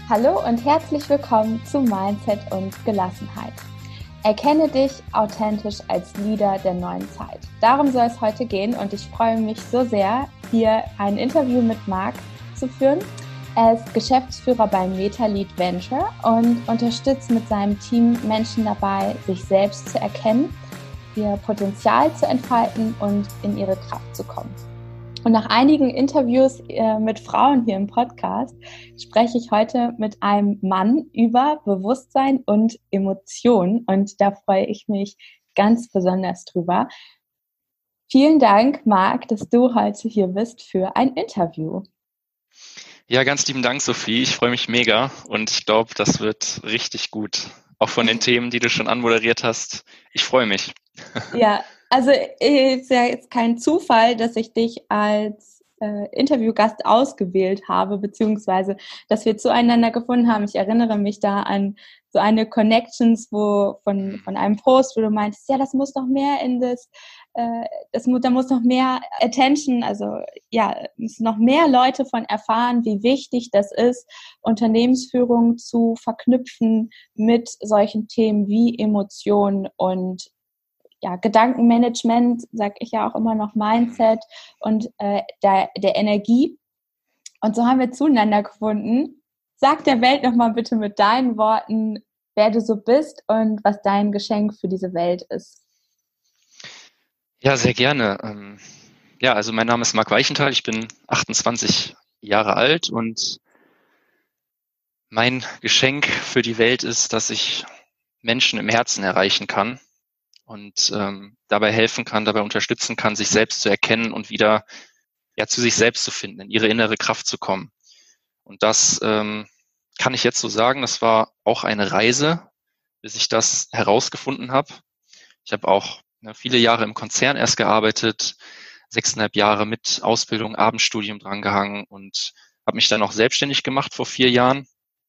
Hallo und herzlich willkommen zu Mindset und Gelassenheit. Erkenne dich authentisch als Leader der neuen Zeit. Darum soll es heute gehen und ich freue mich so sehr, hier ein Interview mit Marc zu führen. Er ist Geschäftsführer beim MetaLead Venture und unterstützt mit seinem Team Menschen dabei, sich selbst zu erkennen, ihr Potenzial zu entfalten und in ihre Kraft zu kommen. Und nach einigen Interviews mit Frauen hier im Podcast spreche ich heute mit einem Mann über Bewusstsein und Emotionen. Und da freue ich mich ganz besonders drüber. Vielen Dank, Marc, dass du heute hier bist für ein Interview. Ja, ganz lieben Dank, Sophie. Ich freue mich mega und ich glaube, das wird richtig gut. Auch von den Themen, die du schon anmoderiert hast. Ich freue mich. Ja, also ist ja jetzt kein Zufall, dass ich dich als Interviewgast ausgewählt habe, beziehungsweise, dass wir zueinander gefunden haben. Ich erinnere mich da an so eine Connections, von einem Post, wo du meintest, ja, das muss noch mehr in da muss noch mehr Attention, also ja, müssen noch mehr Leute von erfahren, wie wichtig das ist, Unternehmensführung zu verknüpfen mit solchen Themen wie Emotionen und ja, Gedankenmanagement, sage ich ja auch immer noch, Mindset und der Energie. Und so haben wir zueinander gefunden. Sag der Welt nochmal bitte mit deinen Worten, wer du so bist und was dein Geschenk für diese Welt ist. Ja, sehr gerne. Also mein Name ist Marc Weichenthal, ich bin 28 Jahre alt und mein Geschenk für die Welt ist, dass ich Menschen im Herzen erreichen kann und dabei helfen kann, dabei unterstützen kann, sich selbst zu erkennen und wieder zu sich selbst zu finden, in ihre innere Kraft zu kommen. Und das kann ich jetzt so sagen, das war auch eine Reise, bis ich das herausgefunden habe. Ich habe auch viele Jahre im Konzern erst gearbeitet, 6,5 Jahre mit Ausbildung, Abendstudium drangehangen und habe mich dann auch selbstständig gemacht vor 4 Jahren.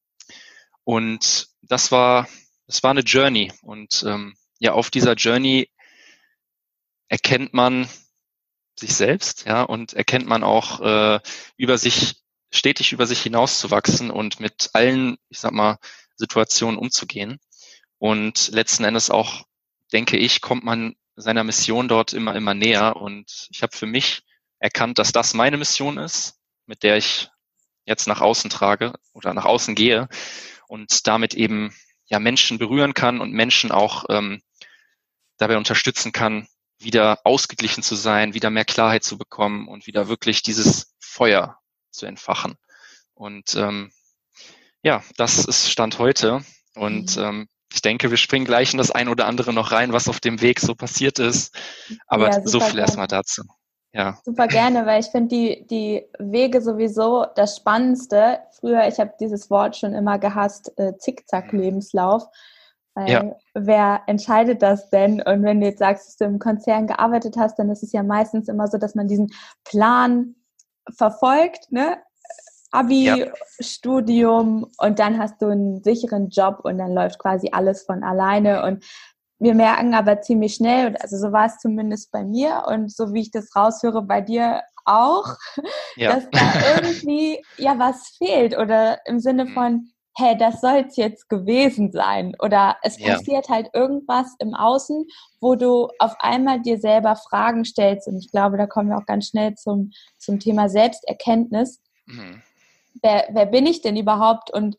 Und das war eine Journey. Und auf dieser Journey erkennt man sich selbst, und erkennt man auch stetig über sich hinauszuwachsen und mit allen, Situationen umzugehen. Und letzten Endes auch, denke ich, kommt man seiner Mission dort immer näher. Und ich habe für mich erkannt, dass das meine Mission ist, mit der ich jetzt nach außen trage oder nach außen gehe und damit eben Menschen berühren kann und Menschen auch dabei unterstützen kann, wieder ausgeglichen zu sein, wieder mehr Klarheit zu bekommen und wieder wirklich dieses Feuer zu entfachen. Und das ist Stand heute. Und ich denke, wir springen gleich in das ein oder andere noch rein, was auf dem Weg so passiert ist. Aber ja, so viel erstmal dazu. Ja. Super gerne, weil ich finde die Wege sowieso das Spannendste. Früher, ich habe dieses Wort schon immer gehasst, Zickzack-Lebenslauf. Weil wer entscheidet das denn? Und wenn du jetzt sagst, dass du im Konzern gearbeitet hast, dann ist es ja meistens immer so, dass man diesen Plan verfolgt, ne? Abi, Studium und dann hast du einen sicheren Job und dann läuft quasi alles von alleine und wir merken aber ziemlich schnell, also so war es zumindest bei mir und so wie ich das raushöre bei dir auch, dass da irgendwie was fehlt oder im Sinne von, hey, das soll es jetzt gewesen sein oder es passiert halt irgendwas im Außen, wo du auf einmal dir selber Fragen stellst und ich glaube, da kommen wir auch ganz schnell zum Thema Selbsterkenntnis. Wer bin ich denn überhaupt und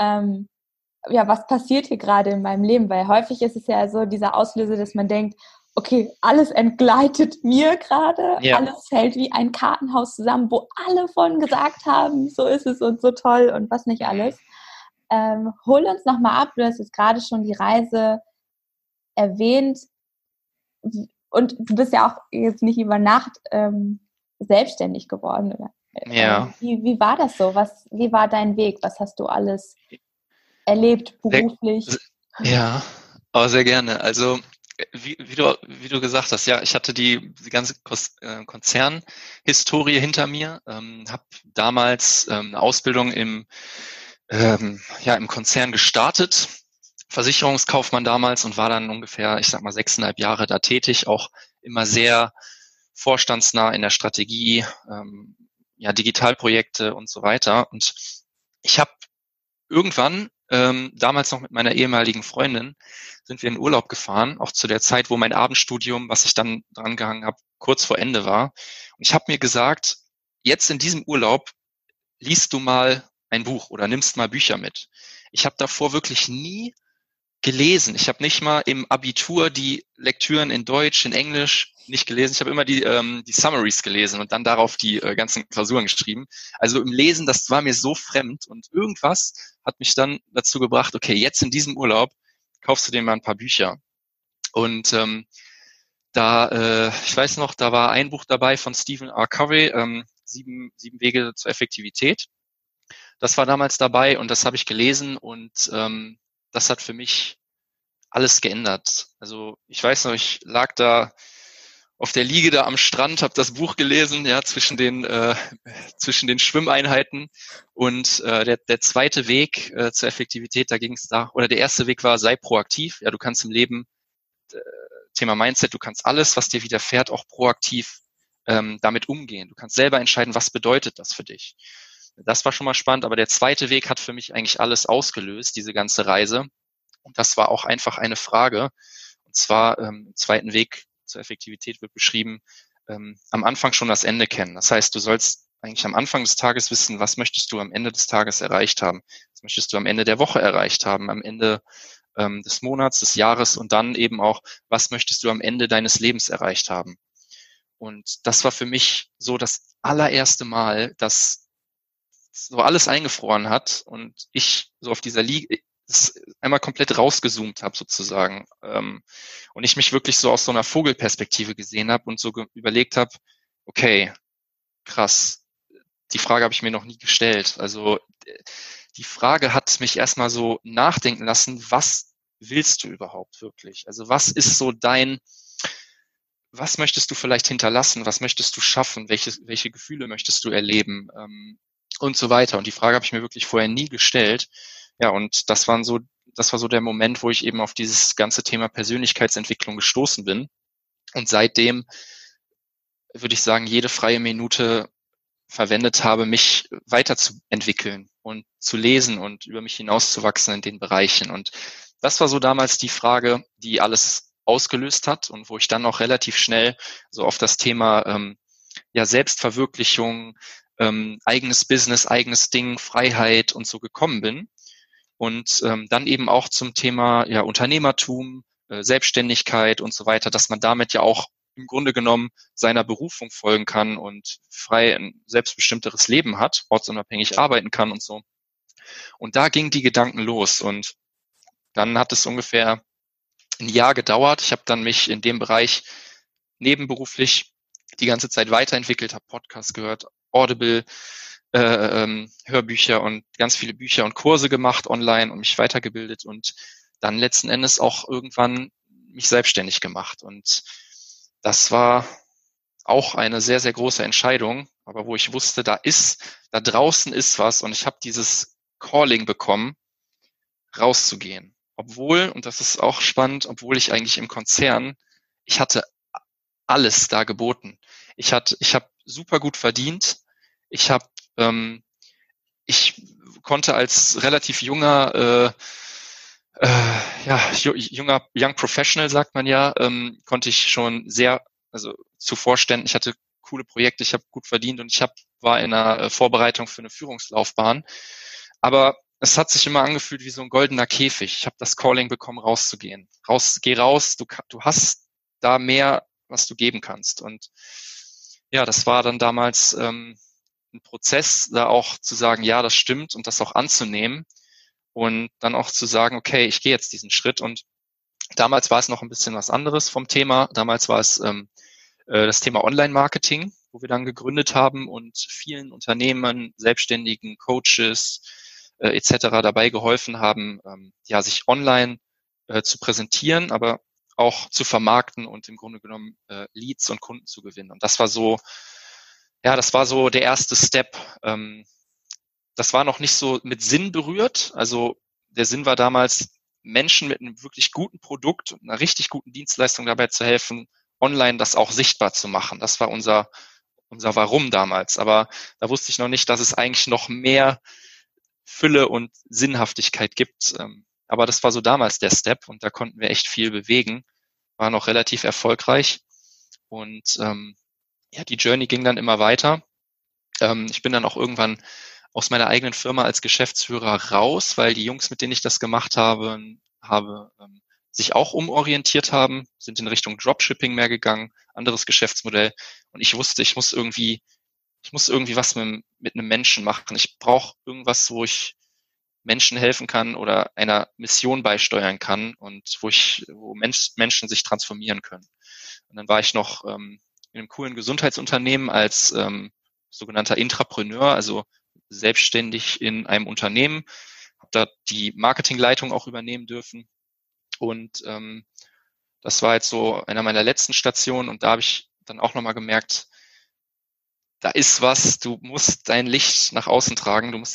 was passiert hier gerade in meinem Leben? Weil häufig ist es ja so dieser Auslöser, dass man denkt, okay, alles entgleitet mir gerade, alles fällt wie ein Kartenhaus zusammen, wo alle von gesagt haben, so ist es und so toll und was nicht alles. Hol uns nochmal ab, du hast jetzt gerade schon die Reise erwähnt und du bist ja auch jetzt nicht über Nacht selbstständig geworden, oder? Ja. Wie war das so? Wie war dein Weg? Was hast du alles erlebt beruflich? Ja, aber sehr gerne. Also wie du gesagt hast, ich hatte die ganze Konzernhistorie hinter mir, habe damals eine Ausbildung im Konzern gestartet, Versicherungskaufmann damals und war dann ungefähr, 6,5 Jahre da tätig, auch immer sehr vorstandsnah in der Strategie, Digitalprojekte und so weiter. Und ich habe irgendwann, damals noch mit meiner ehemaligen Freundin, sind wir in Urlaub gefahren, auch zu der Zeit, wo mein Abendstudium, was ich dann dran gehangen habe, kurz vor Ende war. Und ich habe mir gesagt, jetzt in diesem Urlaub liest du mal ein Buch oder nimmst mal Bücher mit. Ich habe davor wirklich nie gelesen. Ich habe nicht mal im Abitur die Lektüren in Deutsch, in Englisch nicht gelesen. Ich habe immer die Summaries gelesen und dann darauf die ganzen Klausuren geschrieben. Also im Lesen, das war mir so fremd und irgendwas hat mich dann dazu gebracht, okay, jetzt in diesem Urlaub kaufst du dir mal ein paar Bücher. Und ich weiß noch, da war ein Buch dabei von Stephen R. Covey, 7 Wege zur Effektivität. Das war damals dabei und das habe ich gelesen und das hat für mich alles geändert. Also ich weiß noch, ich lag da auf der Liege da am Strand, habe das Buch gelesen, ja, zwischen den Schwimmeinheiten und der zweite Weg zur Effektivität, da ging es oder der erste Weg war, sei proaktiv. Ja, du kannst im Leben, Thema Mindset, du kannst alles, was dir widerfährt, auch proaktiv damit umgehen. Du kannst selber entscheiden, was bedeutet das für dich. Das war schon mal spannend, aber der zweite Weg hat für mich eigentlich alles ausgelöst, diese ganze Reise. Und das war auch einfach eine Frage. Und zwar im zweiten Weg zur Effektivität wird beschrieben, am Anfang schon das Ende kennen. Das heißt, du sollst eigentlich am Anfang des Tages wissen, was möchtest du am Ende des Tages erreicht haben? Was möchtest du am Ende der Woche erreicht haben? Am Ende des Monats, des Jahres und dann eben auch, was möchtest du am Ende deines Lebens erreicht haben? Und das war für mich so das allererste Mal, dass so alles eingefroren hat und ich so auf dieser Liege einmal komplett rausgezoomt habe sozusagen und ich mich wirklich so aus so einer Vogelperspektive gesehen habe und so überlegt habe, okay, krass, die Frage habe ich mir noch nie gestellt. Also die Frage hat mich erstmal so nachdenken lassen, was willst du überhaupt wirklich? Also was ist so was möchtest du vielleicht hinterlassen? Was möchtest du schaffen? Welche Gefühle möchtest du erleben? Und so weiter. Und die Frage habe ich mir wirklich vorher nie gestellt. Ja, und das war so der Moment, wo ich eben auf dieses ganze Thema Persönlichkeitsentwicklung gestoßen bin. Und seitdem würde ich sagen, jede freie Minute verwendet habe, mich weiterzuentwickeln und zu lesen und über mich hinauszuwachsen in den Bereichen. Und das war so damals die Frage, die alles ausgelöst hat und wo ich dann auch relativ schnell so auf das Thema Selbstverwirklichung, eigenes Business, eigenes Ding, Freiheit und so gekommen bin. Und dann eben auch zum Thema Unternehmertum, Selbstständigkeit und so weiter, dass man damit ja auch im Grunde genommen seiner Berufung folgen kann und frei ein selbstbestimmteres Leben hat, ortsunabhängig arbeiten kann und so. Und da gingen die Gedanken los und dann hat es ungefähr ein Jahr gedauert. Ich habe dann mich in dem Bereich nebenberuflich die ganze Zeit weiterentwickelt, habe Podcasts gehört, Audible, Hörbücher und ganz viele Bücher und Kurse gemacht online und mich weitergebildet und dann letzten Endes auch irgendwann mich selbstständig gemacht. Und das war auch eine sehr, sehr große Entscheidung, aber wo ich wusste, da draußen ist was und ich habe dieses Calling bekommen, rauszugehen. Obwohl, und das ist auch spannend, obwohl ich eigentlich im Konzern, ich hatte alles da geboten. Ich habe super gut verdient. Ich konnte als relativ junger Young Professional, sagt man ja, konnte ich schon zu Vorständen, ich hatte coole Projekte, ich habe gut verdient und war in einer Vorbereitung für eine Führungslaufbahn. Aber es hat sich immer angefühlt wie so ein goldener Käfig. Ich habe das Calling bekommen, rauszugehen. Geh raus, du hast da mehr, was du geben kannst. Und ja, das war dann damals ein Prozess, da auch zu sagen, ja, das stimmt und das auch anzunehmen und dann auch zu sagen, okay, ich gehe jetzt diesen Schritt. Und damals war es noch ein bisschen was anderes vom Thema. Damals war es das Thema Online-Marketing, wo wir dann gegründet haben und vielen Unternehmen, Selbstständigen, Coaches etc. dabei geholfen haben, sich online zu präsentieren, aber auch zu vermarkten und im Grunde genommen Leads und Kunden zu gewinnen. Und das war so der erste Step. Das war noch nicht so mit Sinn berührt. Also der Sinn war damals, Menschen mit einem wirklich guten Produkt und einer richtig guten Dienstleistung dabei zu helfen, online das auch sichtbar zu machen. Das war unser Warum damals. Aber da wusste ich noch nicht, dass es eigentlich noch mehr Fülle und Sinnhaftigkeit gibt. Aber das war so damals der Step und da konnten wir echt viel bewegen, waren auch relativ erfolgreich und ja, die Journey ging dann immer weiter. Ich bin dann auch irgendwann aus meiner eigenen Firma als Geschäftsführer raus, weil die Jungs, mit denen ich das gemacht habe, sich auch umorientiert haben, sind in Richtung Dropshipping mehr gegangen, anderes Geschäftsmodell. Und ich wusste, ich muss irgendwie was mit einem Menschen machen. Ich brauche irgendwas, wo ich Menschen helfen kann oder einer Mission beisteuern kann und wo Menschen sich transformieren können. Und dann war ich noch in einem coolen Gesundheitsunternehmen als sogenannter Intrapreneur, also selbstständig in einem Unternehmen, habe da die Marketingleitung auch übernehmen dürfen. Und das war jetzt so einer meiner letzten Stationen und da habe ich dann auch nochmal gemerkt, da ist was, du musst dein Licht nach außen tragen und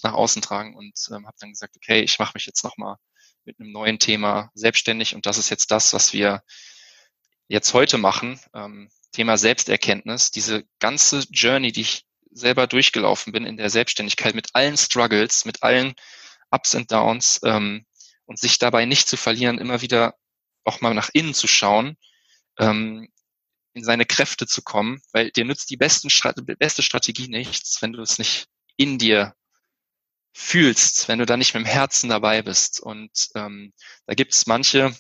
habe dann gesagt, okay, ich mache mich jetzt nochmal mit einem neuen Thema selbstständig und das ist jetzt das, was wir jetzt heute machen, Thema Selbsterkenntnis, diese ganze Journey, die ich selber durchgelaufen bin in der Selbstständigkeit mit allen Struggles, mit allen Ups and Downs und sich dabei nicht zu verlieren, immer wieder auch mal nach innen zu schauen, in seine Kräfte zu kommen, weil dir nützt die beste Strategie nichts, wenn du es nicht in dir fühlst, wenn du da nicht mit dem Herzen dabei bist. Und da gibt es manche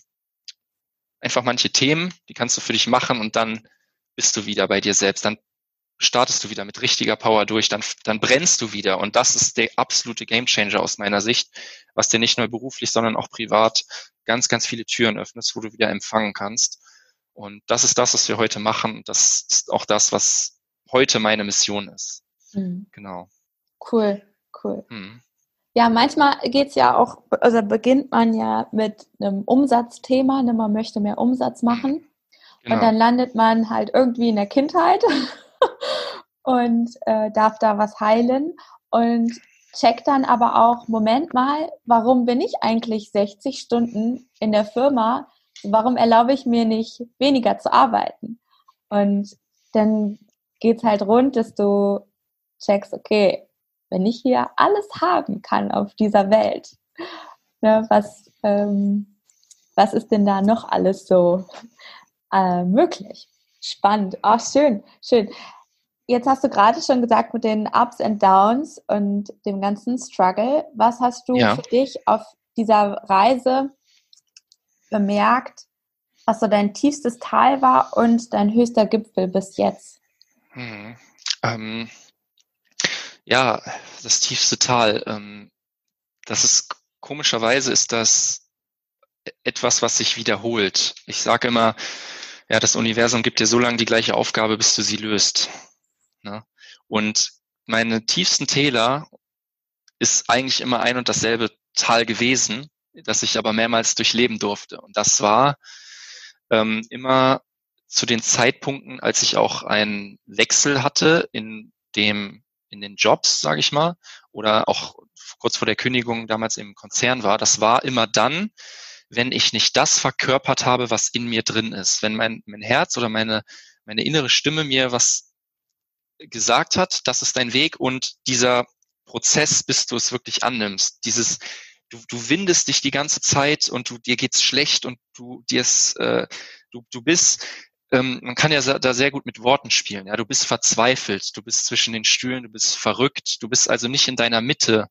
Themen, die kannst du für dich machen und dann bist du wieder bei dir selbst. Dann startest du wieder mit richtiger Power durch, dann brennst du wieder. Und das ist der absolute Gamechanger aus meiner Sicht, was dir nicht nur beruflich, sondern auch privat ganz, ganz viele Türen öffnet, wo du wieder empfangen kannst. Und das ist das, was wir heute machen. Das ist auch das, was heute meine Mission ist. Genau. Cool. Ja, manchmal geht's ja auch, also beginnt man ja mit einem Umsatzthema, ne, man möchte mehr Umsatz machen. Genau. Und dann landet man halt irgendwie in der Kindheit und darf da was heilen und checkt dann aber auch, Moment mal, warum bin ich eigentlich 60 Stunden in der Firma? Warum erlaube ich mir nicht, weniger zu arbeiten? Und dann geht's halt rund, dass du checkst, okay, wenn ich hier alles haben kann auf dieser Welt, ne, was ist denn da noch alles so möglich? Spannend. Oh, schön. Jetzt hast du gerade schon gesagt mit den Ups and Downs und dem ganzen Struggle. Was hast du für dich auf dieser Reise bemerkt, was so dein tiefstes Tal war und dein höchster Gipfel bis jetzt? Ja, das tiefste Tal. Das ist komischerweise ist das etwas, was sich wiederholt. Ich sage immer, ja, das Universum gibt dir so lange die gleiche Aufgabe, bis du sie löst. Ne? Und meine tiefsten Täler ist eigentlich immer ein und dasselbe Tal gewesen, das ich aber mehrmals durchleben durfte. Und das war immer zu den Zeitpunkten, als ich auch einen Wechsel hatte in den Jobs, sage ich mal, oder auch kurz vor der Kündigung damals im Konzern war. Das war immer dann, wenn ich nicht das verkörpert habe, was in mir drin ist. Wenn mein Herz oder meine innere Stimme mir was gesagt hat, das ist dein Weg und dieser Prozess, bis du es wirklich annimmst. Du windest dich die ganze Zeit und dir geht's schlecht und du bist, man kann ja da sehr gut mit Worten spielen. Ja, du bist verzweifelt, du bist zwischen den Stühlen, du bist verrückt, du bist also nicht in deiner Mitte.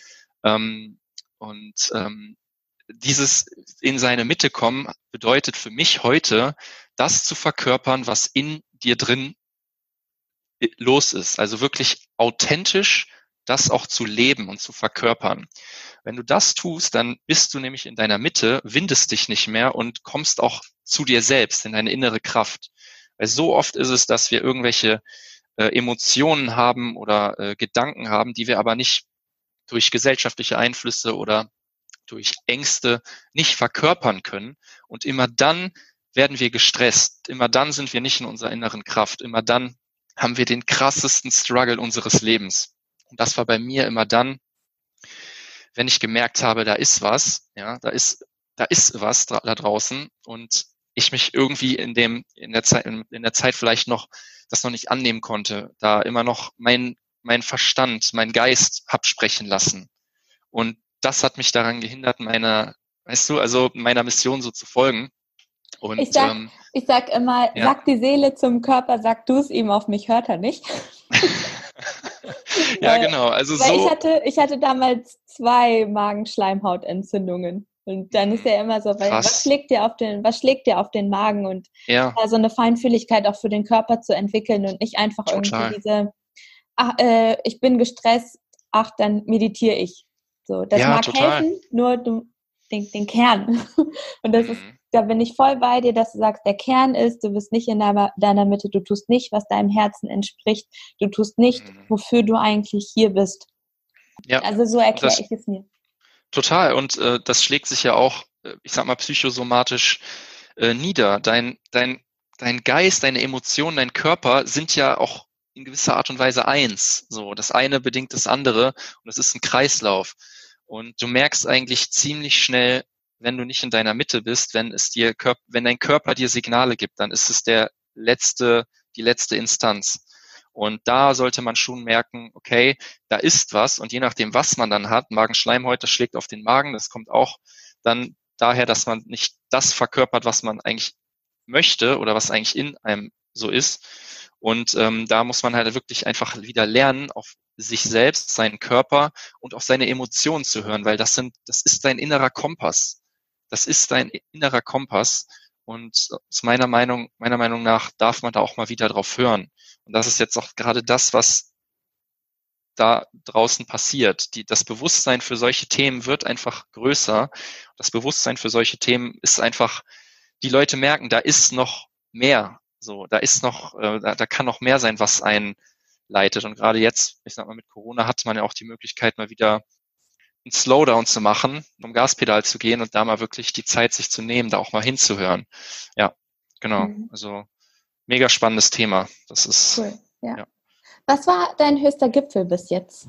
Dieses in seine Mitte kommen bedeutet für mich heute, das zu verkörpern, was in dir drin los ist. Also wirklich authentisch das auch zu leben und zu verkörpern. Wenn du das tust, dann bist du nämlich in deiner Mitte, windest dich nicht mehr und kommst auch zu dir selbst, in deine innere Kraft. Weil so oft ist es, dass wir irgendwelche Emotionen haben oder Gedanken haben, die wir aber nicht durch gesellschaftliche Einflüsse oder durch Ängste nicht verkörpern können. Und immer dann werden wir gestresst. Immer dann sind wir nicht in unserer inneren Kraft. Immer dann haben wir den krassesten Struggle unseres Lebens. Und das war bei mir immer dann, wenn ich gemerkt habe, da ist was, ja, da ist was da draußen und ich mich irgendwie in der Zeit vielleicht noch das noch nicht annehmen konnte, da immer noch mein Verstand, mein Geist hab sprechen lassen. Und das hat mich daran gehindert, meiner Mission so zu folgen. Und ich sag immer, sag die Seele zum Körper, sag du es ihm, auf mich hört er nicht. Ja, genau. Also weil ich hatte damals 2 Magenschleimhautentzündungen. Und dann ist ja immer so, weil was schlägt dir auf den Magen und ja. so eine Feinfühligkeit auch für den Körper zu entwickeln und nicht einfach irgendwie diese, ich bin gestresst, dann meditiere ich. So, das mag helfen, nur den Kern. Und das ist, da bin ich voll bei dir, dass du sagst, der Kern ist, du bist nicht in deiner Mitte, du tust nicht, was deinem Herzen entspricht, du tust nicht, wofür du eigentlich hier bist. Ja. Also so erkläre ich es mir. Total. Und das schlägt sich ja auch, ich sag mal, psychosomatisch nieder. Dein Geist, deine Emotionen, dein Körper sind ja auch in gewisser Art und Weise eins. So, das eine bedingt das andere und es ist ein Kreislauf. Und du merkst eigentlich ziemlich schnell, wenn du nicht in deiner Mitte bist, wenn dein Körper dir Signale gibt, dann ist es die letzte Instanz. Und da sollte man schon merken, okay, da ist was. Und je nachdem, was man dann hat, Magenschleimhaut, das schlägt auf den Magen, das kommt auch dann daher, dass man nicht das verkörpert, was man eigentlich möchte oder was eigentlich in einem so ist. Und da muss man halt wirklich einfach wieder lernen, auf sich selbst, seinen Körper und auf seine Emotionen zu hören, weil das ist dein innerer Kompass. Das ist dein innerer Kompass. Und aus meiner Meinung nach darf man da auch mal wieder drauf hören. Und das ist jetzt auch gerade das, was da draußen passiert. Das Bewusstsein für solche Themen wird einfach größer. Das Bewusstsein für solche Themen ist einfach, die Leute merken, da ist noch mehr. So, da ist noch, da kann noch mehr sein, was einen leitet. Und gerade jetzt, ich sag mal, mit Corona hat man ja auch die Möglichkeit, mal wieder einen Slowdown zu machen, um Gaspedal zu gehen und da mal wirklich die Zeit sich zu nehmen, da auch mal hinzuhören. Ja, genau. Also mega spannendes Thema. Das ist cool. Ja. Was war dein höchster Gipfel bis jetzt?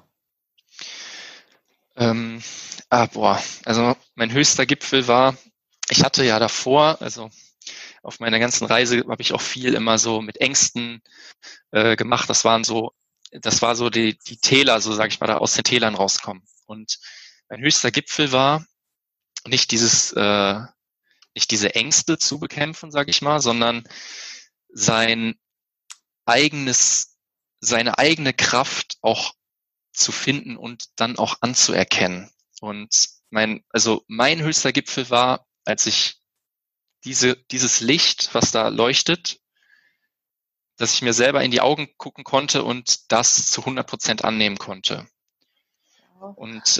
Also mein höchster Gipfel war, ich hatte ja davor, also auf meiner ganzen Reise habe ich auch viel immer so mit Ängsten gemacht. Das war so die Täler, so sage ich mal, da aus den Tälern rauskommen. Und mein höchster Gipfel war nicht diese Ängste zu bekämpfen, sage ich mal, sondern seine eigene Kraft auch zu finden und dann auch anzuerkennen. Und mein höchster Gipfel war, als ich dieses Licht, was da leuchtet, dass ich mir selber in die Augen gucken konnte und das zu 100% annehmen konnte. Und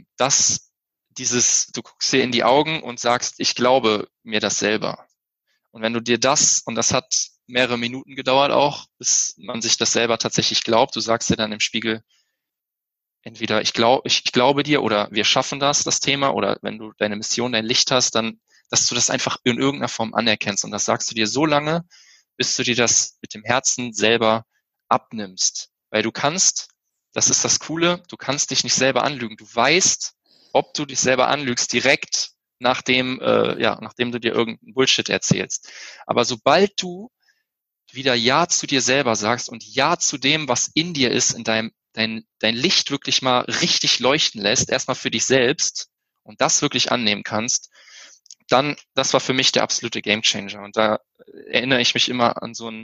du guckst dir in die Augen und sagst, ich glaube mir das selber. Und wenn du dir und das hat mehrere Minuten gedauert auch, bis man sich das selber tatsächlich glaubt, du sagst dir dann im Spiegel, entweder ich glaube dir oder wir schaffen das Thema, oder wenn du deine Mission, dein Licht hast, dann, dass du das einfach in irgendeiner Form anerkennst. Und das sagst du dir so lange, bis du dir das mit dem Herzen selber abnimmst. Weil das ist das Coole, du kannst dich nicht selber anlügen. Du weißt, ob du dich selber anlügst, direkt nachdem du dir irgendeinen Bullshit erzählst. Aber sobald du wieder Ja zu dir selber sagst und Ja zu dem, was in dir ist, in dein Licht wirklich mal richtig leuchten lässt, erstmal für dich selbst und das wirklich annehmen kannst, dann, das war für mich der absolute Gamechanger. Und da erinnere ich mich immer an so ein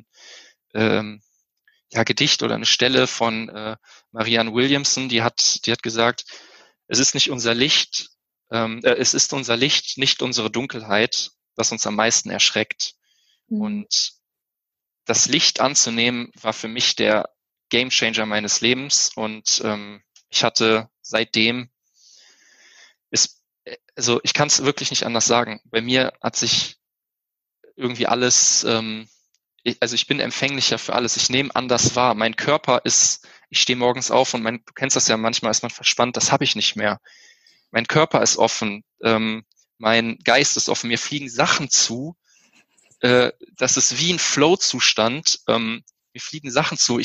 Gedicht oder eine Stelle von Marianne Williamson, die hat gesagt, es ist unser Licht, nicht unsere Dunkelheit, was uns am meisten erschreckt. Und das Licht anzunehmen, war für mich der Gamechanger meines Lebens. Und ich hatte seitdem, ich kann es wirklich nicht anders sagen. Bei mir hat sich irgendwie alles, ich bin empfänglicher für alles. Ich nehme anders wahr. Mein Körper ich stehe morgens auf und du kennst das ja, manchmal ist man verspannt, das habe ich nicht mehr. Mein Körper ist offen, mein Geist ist offen, mir fliegen Sachen zu. Das ist wie ein Flow-Zustand. Mir fliegen Sachen zu.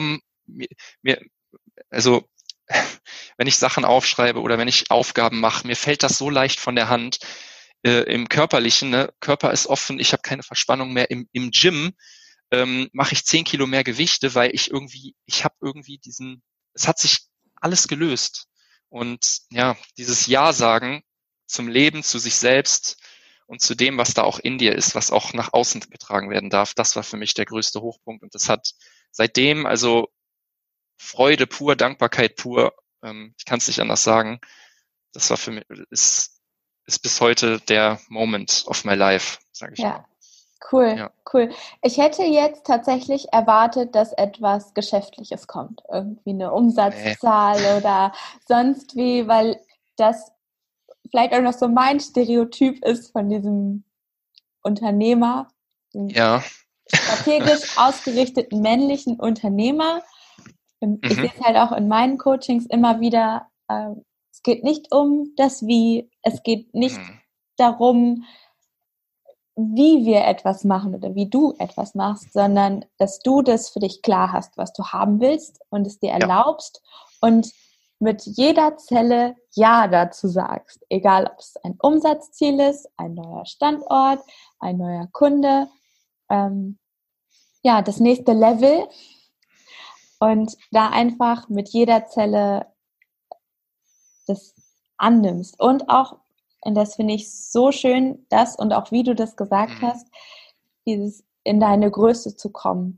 Wenn ich Sachen aufschreibe oder wenn ich Aufgaben mache, mir fällt das so leicht von der Hand. Im Körperlichen, ne? Körper ist offen, ich habe keine Verspannung mehr. Im Gym mache ich 10 Kilo mehr Gewichte, weil es hat sich alles gelöst. Und ja, dieses Ja sagen zum Leben, zu sich selbst und zu dem, was da auch in dir ist, was auch nach außen getragen werden darf, das war für mich der größte Hochpunkt. Und das hat seitdem, also Freude pur, Dankbarkeit pur, ich kann es nicht anders sagen, das war für mich, ist bis heute der Moment of my life, sage ich mal. Cool, Ja. cool. Ich hätte jetzt tatsächlich erwartet, dass etwas Geschäftliches kommt. Irgendwie eine Umsatzzahl oder sonst wie, weil das vielleicht auch noch so mein Stereotyp ist von diesem Unternehmer, strategisch ausgerichteten männlichen Unternehmer. Ich sehe es halt auch in meinen Coachings immer wieder, es geht nicht um das Wie, es geht nicht darum, wie wir etwas machen oder wie du etwas machst, sondern dass du das für dich klar hast, was du haben willst und es dir erlaubst und mit jeder Zelle Ja dazu sagst. Egal, ob es ein Umsatzziel ist, ein neuer Standort, ein neuer Kunde, das nächste Level und da einfach mit jeder Zelle das annimmst und auch, und das finde ich so schön, das und auch wie du das gesagt hast, dieses in deine Größe zu kommen.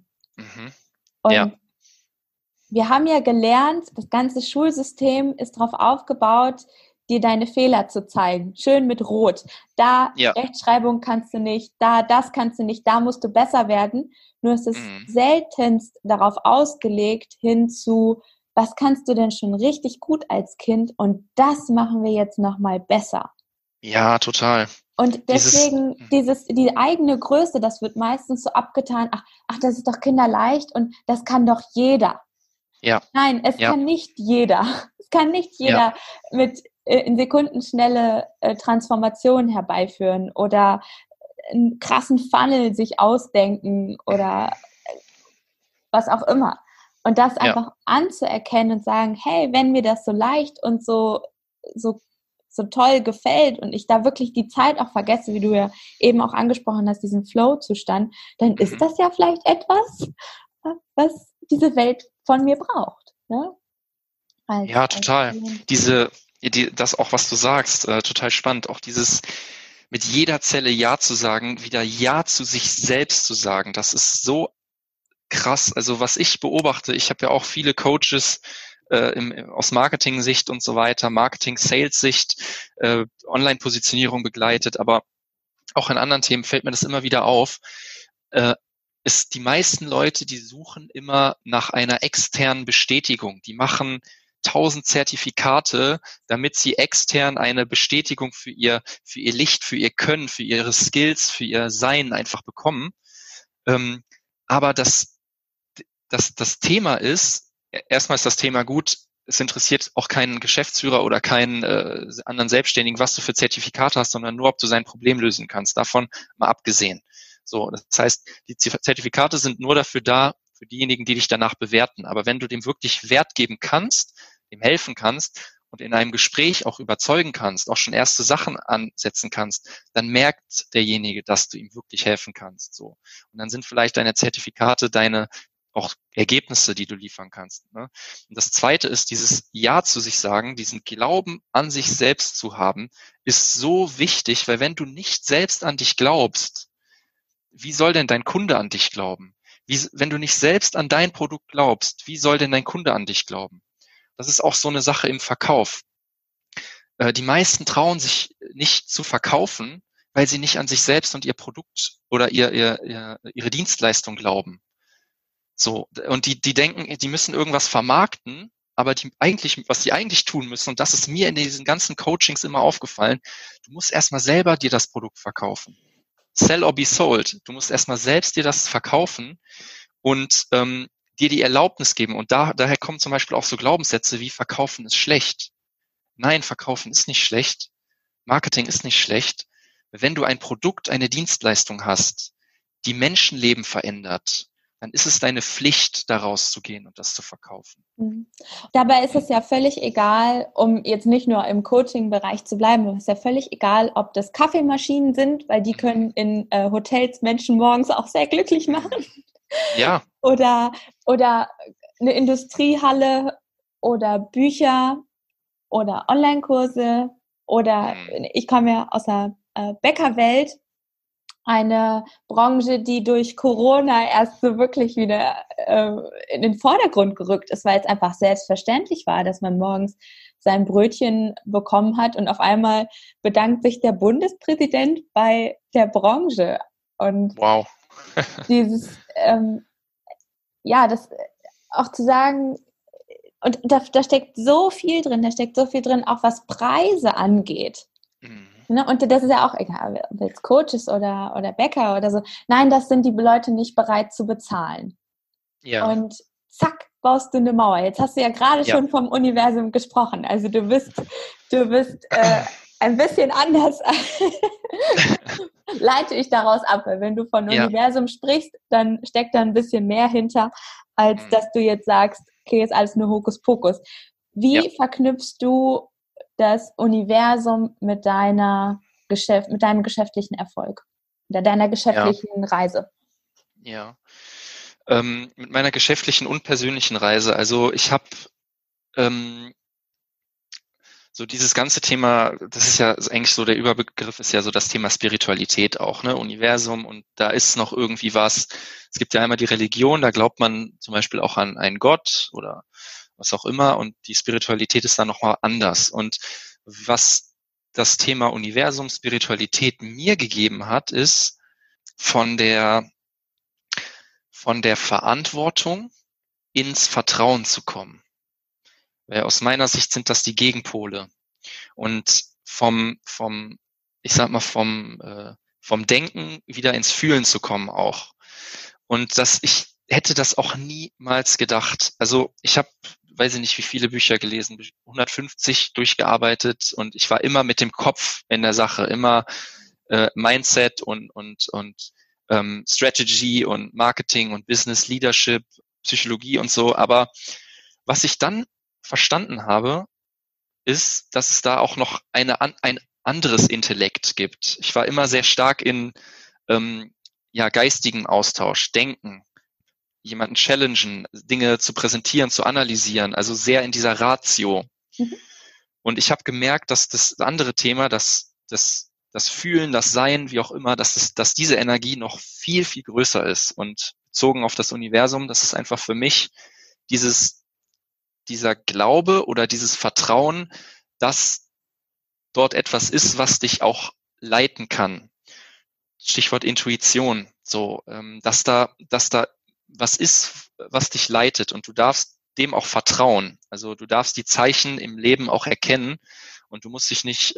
Und wir haben ja gelernt, das ganze Schulsystem ist darauf aufgebaut, dir deine Fehler zu zeigen. Schön mit Rot. Da Rechtschreibung kannst du nicht, da das kannst du nicht, da musst du besser werden. Nur ist es seltenst darauf ausgelegt hin zu, was kannst du denn schon richtig gut als Kind und das machen wir jetzt nochmal besser. Ja, total. Und deswegen die eigene Größe, das wird meistens so abgetan, ach, das ist doch kinderleicht und das kann doch jeder. Ja. Nein, es kann nicht jeder. Es kann nicht jeder mit in Sekundenschnelle Transformationen herbeiführen oder einen krassen Funnel sich ausdenken oder was auch immer. Und das einfach anzuerkennen und sagen, hey, wenn mir das so leicht und so toll gefällt und ich da wirklich die Zeit auch vergesse, wie du ja eben auch angesprochen hast, diesen Flow-Zustand, dann ist das ja vielleicht etwas, was diese Welt von mir braucht. Ne? Total. Das auch, was du sagst, total spannend. Auch dieses mit jeder Zelle Ja zu sagen, wieder Ja zu sich selbst zu sagen, das ist so krass. Also was ich beobachte, ich habe ja auch viele Coaches aus Marketing-Sicht und so weiter, Marketing-Sales-Sicht, Online-Positionierung begleitet, aber auch in anderen Themen fällt mir das immer wieder auf. Ist die meisten Leute, die suchen immer nach einer externen Bestätigung. Die machen 1000 Zertifikate, damit sie extern eine Bestätigung für ihr Licht, für ihr Können, für ihre Skills, für ihr Sein einfach bekommen. Aber das Thema ist, erstmal ist das Thema gut, es interessiert auch keinen Geschäftsführer oder keinen anderen Selbstständigen, was du für Zertifikate hast, sondern nur, ob du sein Problem lösen kannst. Davon mal abgesehen. So, das heißt, die Zertifikate sind nur dafür da, für diejenigen, die dich danach bewerten. Aber wenn du dem wirklich Wert geben kannst, dem helfen kannst und in einem Gespräch auch überzeugen kannst, auch schon erste Sachen ansetzen kannst, dann merkt derjenige, dass du ihm wirklich helfen kannst. So. Und dann sind vielleicht deine Zertifikate deine auch Ergebnisse, die du liefern kannst. Ne? Und das Zweite ist, dieses Ja zu sich sagen, diesen Glauben an sich selbst zu haben, ist so wichtig, weil wenn du nicht selbst an dich glaubst, wie soll denn dein Kunde an dich glauben? Wenn du nicht selbst an dein Produkt glaubst, wie soll denn dein Kunde an dich glauben? Das ist auch so eine Sache im Verkauf. Die meisten trauen sich nicht zu verkaufen, weil sie nicht an sich selbst und ihr Produkt oder ihre Dienstleistung glauben. So, und die denken, die müssen irgendwas vermarkten, aber was die eigentlich tun müssen, und das ist mir in diesen ganzen Coachings immer aufgefallen, du musst erstmal selber dir das Produkt verkaufen. Sell or be sold. Du musst erstmal selbst dir das verkaufen und dir die Erlaubnis geben. Und daher kommen zum Beispiel auch so Glaubenssätze wie Verkaufen ist schlecht. Nein, Verkaufen ist nicht schlecht. Marketing ist nicht schlecht. Wenn du ein Produkt, eine Dienstleistung hast, die Menschenleben verändert, dann ist es deine Pflicht, da rauszugehen und das zu verkaufen. Dabei ist es ja völlig egal, um jetzt nicht nur im Coaching-Bereich zu bleiben, es ist ja völlig egal, ob das Kaffeemaschinen sind, weil die können in Hotels Menschen morgens auch sehr glücklich machen. Ja. Oder eine Industriehalle oder Bücher. oder Online-Kurse oder ich komme ja aus der Bäckerwelt, eine Branche, die durch Corona erst so wirklich wieder in den Vordergrund gerückt ist, weil es einfach selbstverständlich war, dass man morgens sein Brötchen bekommen hat und auf einmal bedankt sich der Bundespräsident bei der Branche. Und wow. dieses, das auch zu sagen, und da steckt so viel drin, auch was Preise angeht. Ne? Und das ist ja auch egal, ob jetzt Coaches oder Bäcker oder so. Nein, das sind die Leute nicht bereit zu bezahlen. Ja. Und zack, baust du eine Mauer. Jetzt hast du ja gerade schon vom Universum gesprochen. Also du bist ein bisschen anders. Leite ich daraus ab. Weil wenn du von Universum sprichst, dann steckt da ein bisschen mehr hinter, als dass du jetzt sagst, okay, ist alles nur Hokuspokus. Wie verknüpfst du das Universum mit deinem geschäftlichen Erfolg oder deiner geschäftlichen Reise? Ja, mit meiner geschäftlichen und persönlichen Reise. Also ich habe so dieses ganze Thema, das ist ja eigentlich so, der Überbegriff ist ja so das Thema Spiritualität auch, ne, Universum, und da ist noch irgendwie was. Es gibt ja einmal die Religion, da glaubt man zum Beispiel auch an einen Gott oder was auch immer, und die Spiritualität ist dann nochmal anders. Und was das Thema Universum, Spiritualität mir gegeben hat, ist von der Verantwortung ins Vertrauen zu kommen. Weil aus meiner Sicht sind das die Gegenpole. Und vom Denken wieder ins Fühlen zu kommen auch. Und ich hätte das auch niemals gedacht. Also ich habe, weiß ich nicht, wie viele Bücher gelesen, 150 durchgearbeitet, und ich war immer mit dem Kopf in der Sache, immer Mindset und Strategy und Marketing und Business Leadership, Psychologie und so. Aber was ich dann verstanden habe, ist, dass es da auch noch ein anderes Intellekt gibt. Ich war immer sehr stark in geistigen Austausch, Denken, jemanden challengen, Dinge zu präsentieren, zu analysieren, also sehr in dieser Ratio. Und ich habe gemerkt, dass das andere Thema, das Fühlen, das Sein, wie auch immer, dass diese Energie noch viel, viel größer ist. Und bezogen auf das Universum, das ist einfach für mich dieser Glaube oder dieses Vertrauen, dass dort etwas ist, was dich auch leiten kann. Stichwort Intuition, so, dass da was ist, was dich leitet, und du darfst dem auch vertrauen. Also du darfst die Zeichen im Leben auch erkennen, und du musst dich nicht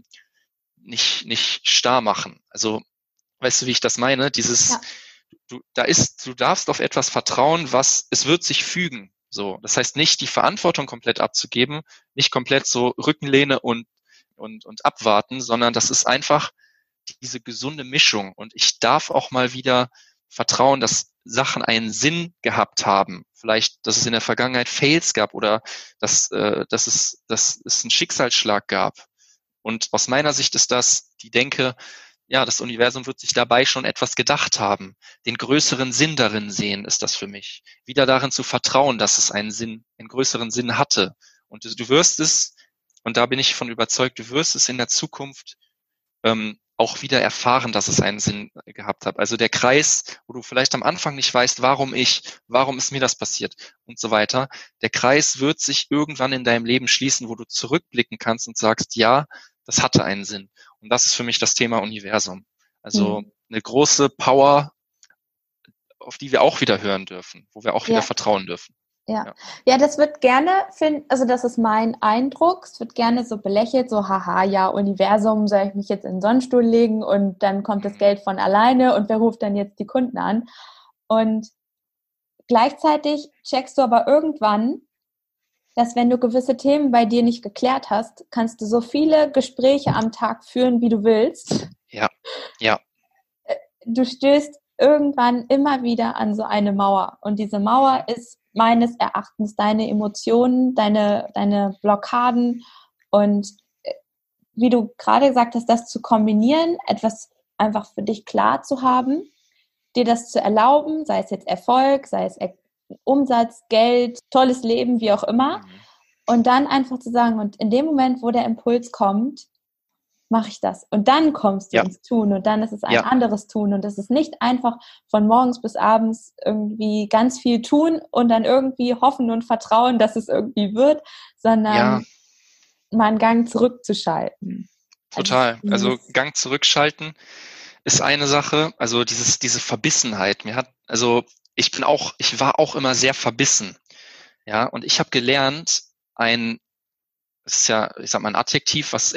starr machen. Also, weißt du, wie ich das meine? Du darfst auf etwas vertrauen, es wird sich fügen. So, das heißt nicht die Verantwortung komplett abzugeben, nicht komplett so Rückenlehne und abwarten, sondern das ist einfach diese gesunde Mischung. Und ich darf auch mal wieder vertrauen, dass Sachen einen Sinn gehabt haben. Vielleicht, dass es in der Vergangenheit Fails gab oder dass es einen Schicksalsschlag gab. Und aus meiner Sicht ist das die Denke, ja, das Universum wird sich dabei schon etwas gedacht haben. Den größeren Sinn darin sehen, ist das für mich. Wieder darin zu vertrauen, dass es einen größeren Sinn hatte. Und du wirst es, und da bin ich von überzeugt, du wirst es in der Zukunft auch wieder erfahren, dass es einen Sinn gehabt hat. Also der Kreis, wo du vielleicht am Anfang nicht weißt, warum ist mir das passiert und so weiter. Der Kreis wird sich irgendwann in deinem Leben schließen, wo du zurückblicken kannst und sagst, ja, das hatte einen Sinn. Und das ist für mich das Thema Universum. Also eine große Power, auf die wir auch wieder hören dürfen, wo wir auch wieder vertrauen dürfen. Ja, das wird gerne, also das ist mein Eindruck, es wird gerne so belächelt, so haha, ja, Universum, soll ich mich jetzt in den Sonnenstuhl legen und dann kommt das Geld von alleine und wer ruft dann jetzt die Kunden an? Und gleichzeitig checkst du aber irgendwann, dass wenn du gewisse Themen bei dir nicht geklärt hast, kannst du so viele Gespräche am Tag führen, wie du willst. Ja. Du stößt irgendwann immer wieder an so eine Mauer. Und diese Mauer ist meines Erachtens deine Emotionen, deine Blockaden. Und wie du gerade gesagt hast, das zu kombinieren, etwas einfach für dich klar zu haben, dir das zu erlauben, sei es jetzt Erfolg, sei es Umsatz, Geld, tolles Leben, wie auch immer. Und dann einfach zu sagen, und in dem Moment, wo der Impuls kommt, mache ich das. Und dann kommst du ins Tun und dann ist es ein anderes Tun und es ist nicht einfach von morgens bis abends irgendwie ganz viel tun und dann irgendwie hoffen und vertrauen, dass es irgendwie wird, sondern mal einen Gang zurückzuschalten. Total. Also Gang zurückschalten ist eine Sache. Also diese Verbissenheit. Ich war auch immer sehr verbissen. Ja, und ich habe gelernt, das ist ja, ich sag mal, ein Adjektiv, was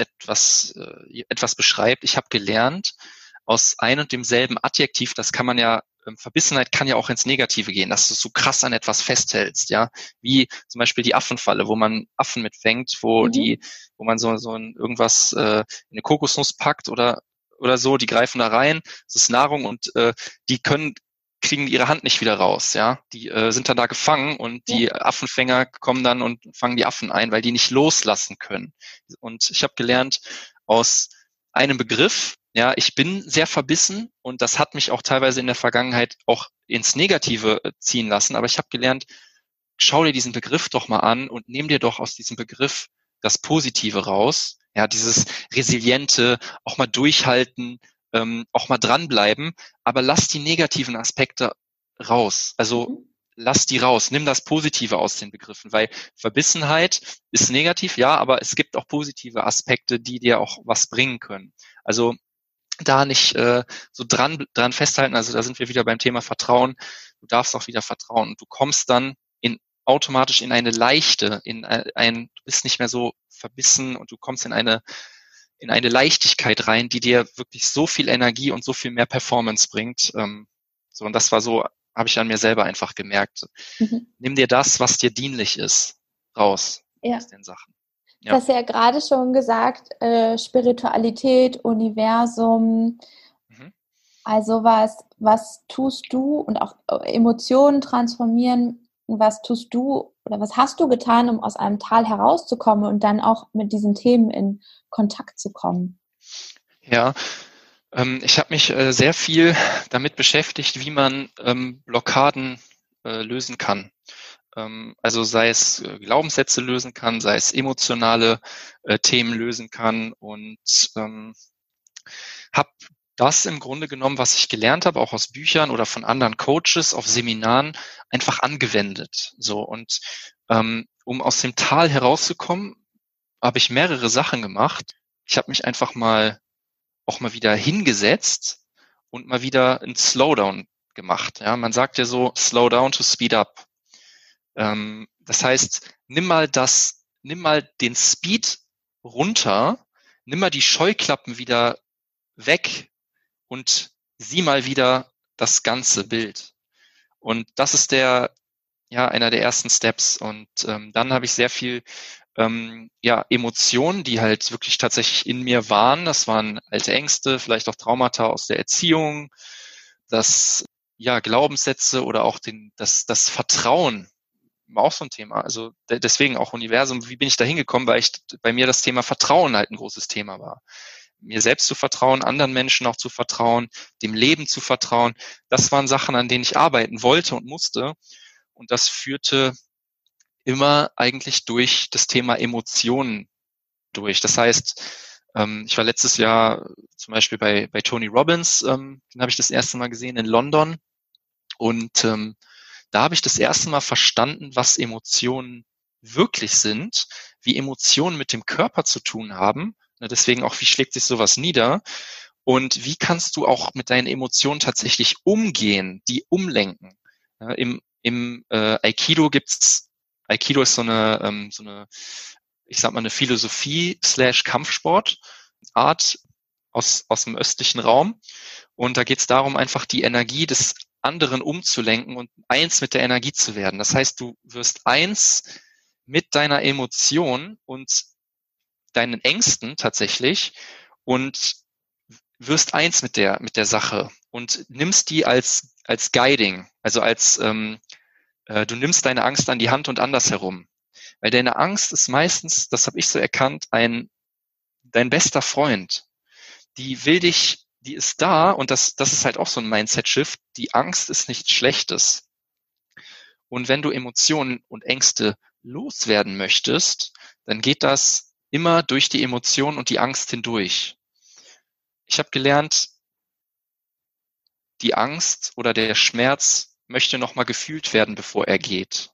etwas beschreibt. Ich habe gelernt, aus ein und demselben Adjektiv, das kann man ja, Verbissenheit kann ja auch ins Negative gehen, dass du so krass an etwas festhältst, ja, wie zum Beispiel die Affenfalle, wo man Affen mitfängt, wo man so irgendwas in eine Kokosnuss packt oder so, die greifen da rein, das ist Nahrung und die kriegen ihre Hand nicht wieder raus, ja. Die sind dann da gefangen und die Affenfänger kommen dann und fangen die Affen ein, weil die nicht loslassen können. Und ich habe gelernt, aus einem Begriff, ja, ich bin sehr verbissen und das hat mich auch teilweise in der Vergangenheit auch ins Negative ziehen lassen, aber ich habe gelernt, schau dir diesen Begriff doch mal an und nimm dir doch aus diesem Begriff das Positive raus, ja, dieses Resiliente, auch mal durchhalten, auch mal dranbleiben, aber lass die negativen Aspekte raus. Also lass die raus, nimm das Positive aus den Begriffen, weil Verbissenheit ist negativ, ja, aber es gibt auch positive Aspekte, die dir auch was bringen können. Also da nicht so dran festhalten, also da sind wir wieder beim Thema Vertrauen. Du darfst auch wieder vertrauen und du kommst dann automatisch in eine leichte, du bist nicht mehr so verbissen und du kommst in eine Leichtigkeit rein, die dir wirklich so viel Energie und so viel mehr Performance bringt. Und das war so, habe ich an mir selber einfach gemerkt. Nimm dir das, was dir dienlich ist, raus aus den Sachen. Ja. Du hast ja gerade schon gesagt, Spiritualität, Universum, also was tust du und auch Emotionen transformieren, was tust du oder was hast du getan, um aus einem Tal herauszukommen und dann auch mit diesen Themen in Kontakt zu kommen? Ja, ich habe mich sehr viel damit beschäftigt, wie man Blockaden lösen kann. Also sei es Glaubenssätze lösen kann, sei es emotionale Themen lösen kann und habe das im Grunde genommen, was ich gelernt habe, auch aus Büchern oder von anderen Coaches auf Seminaren, einfach angewendet. So und um aus dem Tal herauszukommen, habe ich mehrere Sachen gemacht. Ich habe mich einfach auch mal wieder hingesetzt und mal wieder ein Slowdown gemacht. Ja, man sagt ja so, slow down to speed up. Das heißt, nimm mal den Speed runter, nimm mal die Scheuklappen wieder weg und sieh mal wieder das ganze Bild. Und das ist einer der ersten Steps. Und dann habe ich sehr viel Emotionen, die halt wirklich tatsächlich in mir waren. Das waren alte Ängste, vielleicht auch Traumata aus der Erziehung, Glaubenssätze oder auch das Vertrauen war auch so ein Thema. Also deswegen auch Universum, wie bin ich da hingekommen, weil bei mir das Thema Vertrauen halt ein großes Thema war. Mir selbst zu vertrauen, anderen Menschen auch zu vertrauen, dem Leben zu vertrauen. Das waren Sachen, an denen ich arbeiten wollte und musste. Und das führte immer eigentlich durch das Thema Emotionen durch. Das heißt, ich war letztes Jahr zum Beispiel bei Tony Robbins, den habe ich das erste Mal gesehen in London. Und da habe ich das erste Mal verstanden, was Emotionen wirklich sind, wie Emotionen mit dem Körper zu tun haben. Deswegen auch, wie schlägt sich sowas nieder? Und wie kannst du auch mit deinen Emotionen tatsächlich umgehen, die umlenken? Ja, im Aikido Aikido ist so eine, ich sag mal, eine Philosophie/Kampfsportart aus dem östlichen Raum. Und da geht es darum, einfach die Energie des anderen umzulenken und eins mit der Energie zu werden. Das heißt, du wirst eins mit deiner Emotion und deinen Ängsten tatsächlich und wirst eins mit der Sache und nimmst die als Guiding, also du nimmst deine Angst an die Hand und andersherum. Weil deine Angst ist meistens, das habe ich so erkannt, dein bester Freund. Die ist da und das ist halt auch so ein Mindset-Shift. Die Angst ist nichts Schlechtes. Und wenn du Emotionen und Ängste loswerden möchtest, dann geht das immer durch die Emotion und die Angst hindurch. Ich habe gelernt, die Angst oder der Schmerz möchte nochmal gefühlt werden, bevor er geht.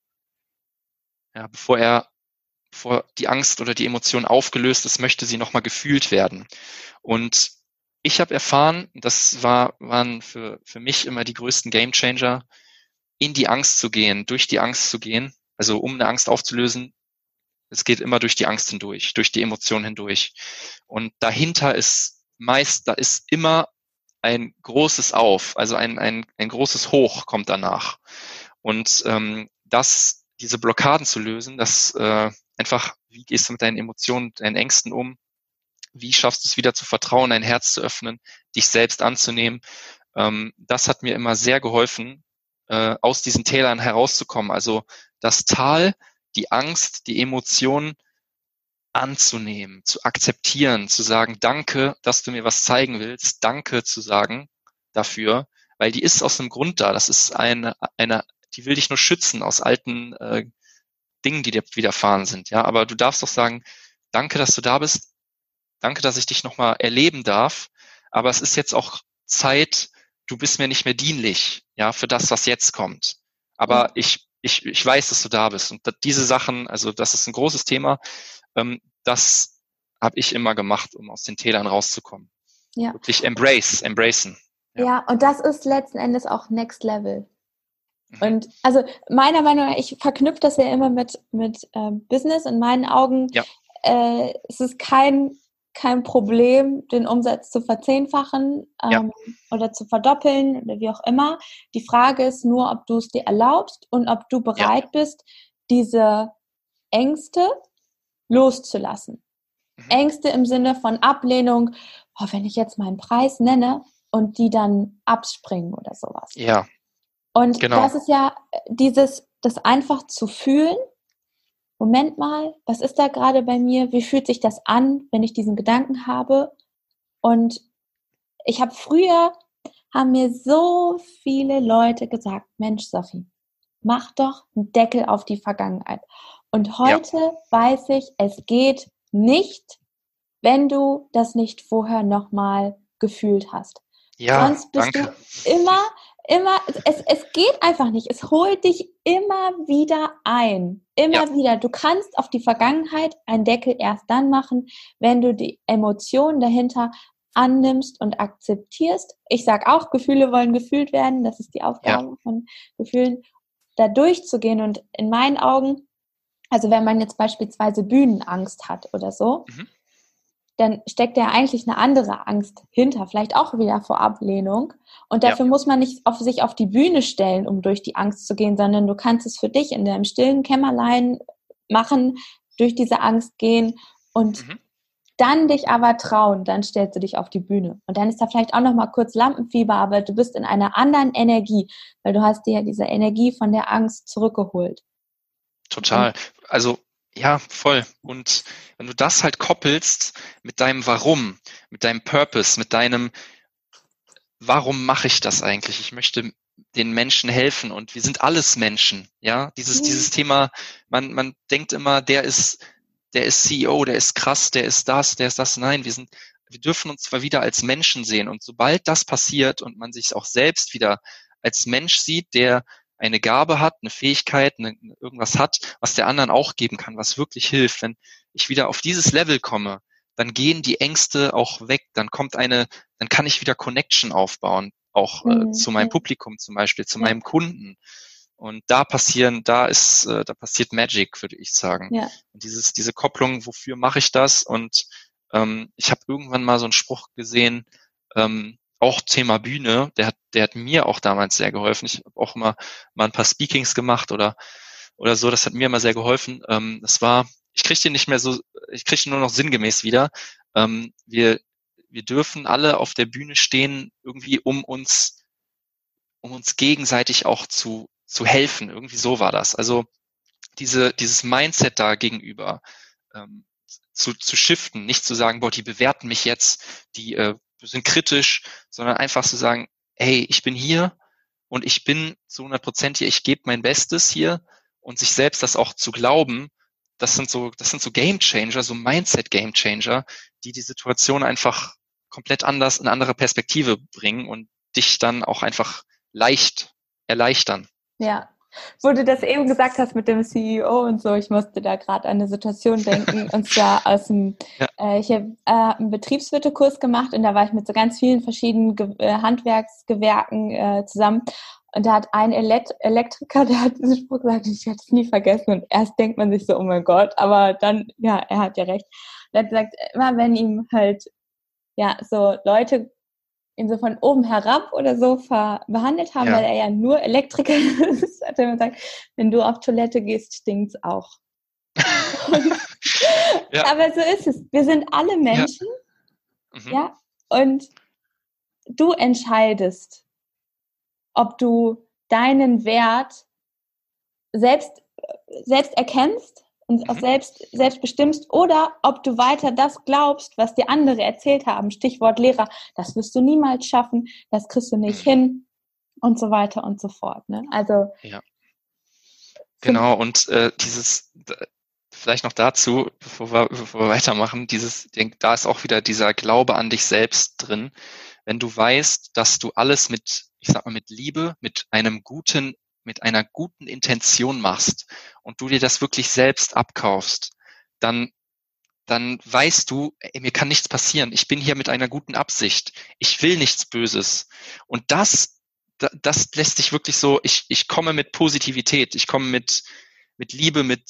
Ja, bevor die Angst oder die Emotion aufgelöst ist, möchte sie nochmal gefühlt werden. Und ich habe erfahren, das waren für mich immer die größten Gamechanger, in die Angst zu gehen, durch die Angst zu gehen. Also um eine Angst aufzulösen, es geht immer durch die Angst hindurch, durch die Emotion hindurch. Und dahinter da ist immer ein großes Auf, also ein großes Hoch kommt danach. Und diese Blockaden zu lösen, einfach, wie gehst du mit deinen Emotionen, deinen Ängsten um? Wie schaffst du es wieder zu vertrauen, dein Herz zu öffnen, dich selbst anzunehmen? Das hat mir immer sehr geholfen, aus diesen Tälern herauszukommen. Also das Tal, die Angst, die Emotionen anzunehmen, zu akzeptieren, zu sagen, danke, dass du mir was zeigen willst, danke zu sagen dafür, weil die ist aus einem Grund da. Das ist die will dich nur schützen aus alten Dingen, die dir widerfahren sind. Ja, aber du darfst doch sagen, danke, dass du da bist, danke, dass ich dich nochmal erleben darf, aber es ist jetzt auch Zeit, du bist mir nicht mehr dienlich, ja, für das, was jetzt kommt. Aber ich weiß, dass du da bist. Und diese Sachen, also das ist ein großes Thema, das habe ich immer gemacht, um aus den Tälern rauszukommen. Ja. Wirklich embracen. Ja, und das ist letzten Endes auch Next Level. Und also meiner Meinung nach, ich verknüpfe das ja immer mit Business. In meinen Augen es ist kein Problem, den Umsatz zu verzehnfachen oder zu verdoppeln oder wie auch immer. Die Frage ist nur, ob du es dir erlaubst und ob du bereit bist, diese Ängste loszulassen. Ängste im Sinne von Ablehnung, wenn ich jetzt meinen Preis nenne und die dann abspringen oder sowas. Ja. Und das ist ja das einfach zu fühlen. Moment mal, was ist da gerade bei mir? Wie fühlt sich das an, wenn ich diesen Gedanken habe? Und haben mir so viele Leute gesagt, Mensch, Sophie, mach doch einen Deckel auf die Vergangenheit. Und heute weiß ich, es geht nicht, wenn du das nicht vorher nochmal gefühlt hast. Ja, sonst bist du immer, es geht einfach nicht. Es holt dich immer wieder ein. Immer wieder. Du kannst auf die Vergangenheit einen Deckel erst dann machen, wenn du die Emotionen dahinter annimmst und akzeptierst. Ich sage auch, Gefühle wollen gefühlt werden. Das ist die Aufgabe von Gefühlen, da durchzugehen. Und in meinen Augen, also wenn man jetzt beispielsweise Bühnenangst hat oder so, dann steckt ja eigentlich eine andere Angst hinter, vielleicht auch wieder vor Ablehnung. Und dafür muss man nicht sich auf die Bühne stellen, um durch die Angst zu gehen, sondern du kannst es für dich in deinem stillen Kämmerlein machen, durch diese Angst gehen und dann dich aber trauen, dann stellst du dich auf die Bühne. Und dann ist da vielleicht auch noch mal kurz Lampenfieber, aber du bist in einer anderen Energie, weil du hast dir ja diese Energie von der Angst zurückgeholt. Total. Also ja, voll. Und wenn du das halt koppelst mit deinem Warum, mit deinem Purpose, mit deinem Warum mache ich das eigentlich? Ich möchte den Menschen helfen und wir sind alles Menschen, ja? Dieses Thema, man denkt immer, der ist CEO, der ist krass, der ist das. Nein, wir dürfen uns zwar wieder als Menschen sehen und sobald das passiert und man sich auch selbst wieder als Mensch sieht, der eine Gabe hat, eine Fähigkeit, irgendwas hat, was der anderen auch geben kann, was wirklich hilft. Wenn ich wieder auf dieses Level komme, dann gehen die Ängste auch weg, dann kann ich wieder Connection aufbauen, auch zu meinem Publikum zum Beispiel, zu meinem Kunden. Und da passiert Magic, würde ich sagen. Ja. Und diese Kopplung, wofür mache ich das? Und ich habe irgendwann mal so einen Spruch gesehen, auch Thema Bühne, der hat mir auch damals sehr geholfen. Ich habe auch immer mal ein paar Speakings gemacht oder so, das hat mir immer sehr geholfen. Ich kriege den nur noch sinngemäß wieder. Wir dürfen alle auf der Bühne stehen, irgendwie um uns gegenseitig auch zu helfen. Irgendwie so war das. Also dieses Mindset da gegenüber zu shiften, nicht zu sagen, boah, die bewerten mich jetzt, die sind kritisch, sondern einfach zu sagen, hey, ich bin hier und ich bin zu 100% hier, ich gebe mein Bestes hier und ich bin bereit, und sich selbst das auch zu glauben, das sind so Game Changer, so Mindset Game Changer, die Situation einfach komplett anders, in eine andere Perspektive bringen und dich dann auch einfach leicht erleichtern. Ja. Wo du das eben gesagt hast mit dem CEO und so, ich musste da gerade an eine Situation denken, und zwar aus dem, ich habe einen Betriebswirtekurs gemacht und da war ich mit so ganz vielen verschiedenen Handwerksgewerken zusammen und da hat ein Elektriker, der hat diesen Spruch gesagt, ich werde es nie vergessen und erst denkt man sich so, oh mein Gott, aber dann, ja, er hat ja recht. Er hat gesagt, immer wenn ihm halt, ja, so Leute ihn so von oben herab oder so behandelt haben, weil er ja nur Elektriker ist, hat er gesagt, wenn du auf Toilette gehst, stinkt's auch. Aber so ist es. Wir sind alle Menschen, ja, und du entscheidest, ob du deinen Wert selbst erkennst und auch selbst bestimmst oder ob du weiter das glaubst, was dir andere erzählt haben. Stichwort Lehrer, das wirst du niemals schaffen, das kriegst du nicht hin und so weiter und so fort. Ne? Also genau, und vielleicht noch dazu, bevor wir weitermachen, da ist auch wieder dieser Glaube an dich selbst drin. Wenn du weißt, dass du alles mit Liebe, mit einer guten Intention machst und du dir das wirklich selbst abkaufst, dann weißt du, mir kann nichts passieren. Ich bin hier mit einer guten Absicht. Ich will nichts Böses. Und das lässt dich wirklich so, ich komme mit Positivität, ich komme mit Liebe, mit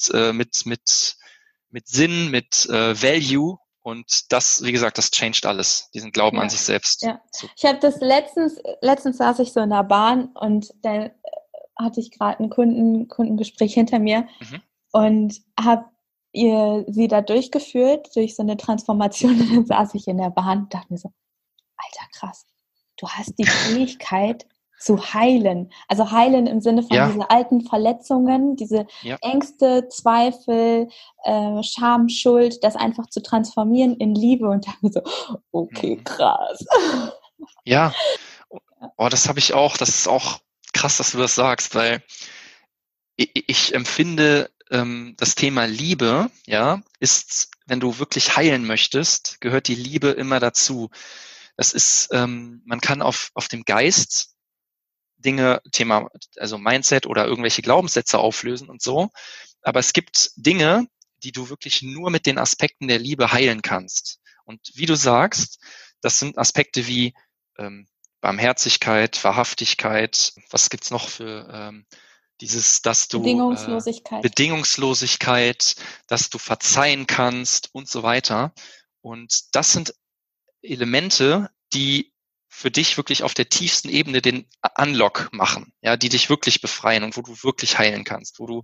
Sinn, mit Value. Und das, wie gesagt, das changed alles, diesen Glauben an sich selbst. Ja. Ich habe das letztens saß ich so in der Bahn und dann hatte ich gerade ein Kundengespräch hinter mir und habe sie da durchgeführt, durch so eine Transformation. Und dann saß ich in der Bahn und dachte mir so, Alter, krass, du hast die Fähigkeit zu heilen. Also heilen im Sinne von diese alten Verletzungen, diese Ängste, Zweifel, Scham, Schuld, das einfach zu transformieren in Liebe. Und dachte mir so, okay, krass. Ja, das habe ich auch. Das ist auch krass, dass du das sagst, weil ich empfinde, das Thema Liebe, ist, wenn du wirklich heilen möchtest, gehört die Liebe immer dazu. Das ist, man kann auf dem Geist Dinge, also Mindset oder irgendwelche Glaubenssätze auflösen und so. Aber es gibt Dinge, die du wirklich nur mit den Aspekten der Liebe heilen kannst. Und wie du sagst, das sind Aspekte wie Barmherzigkeit, Wahrhaftigkeit. Was gibt's noch für dass du Bedingungslosigkeit, dass du verzeihen kannst und so weiter. Und das sind Elemente, die für dich wirklich auf der tiefsten Ebene den Unlock machen, die dich wirklich befreien und wo du wirklich heilen kannst, wo du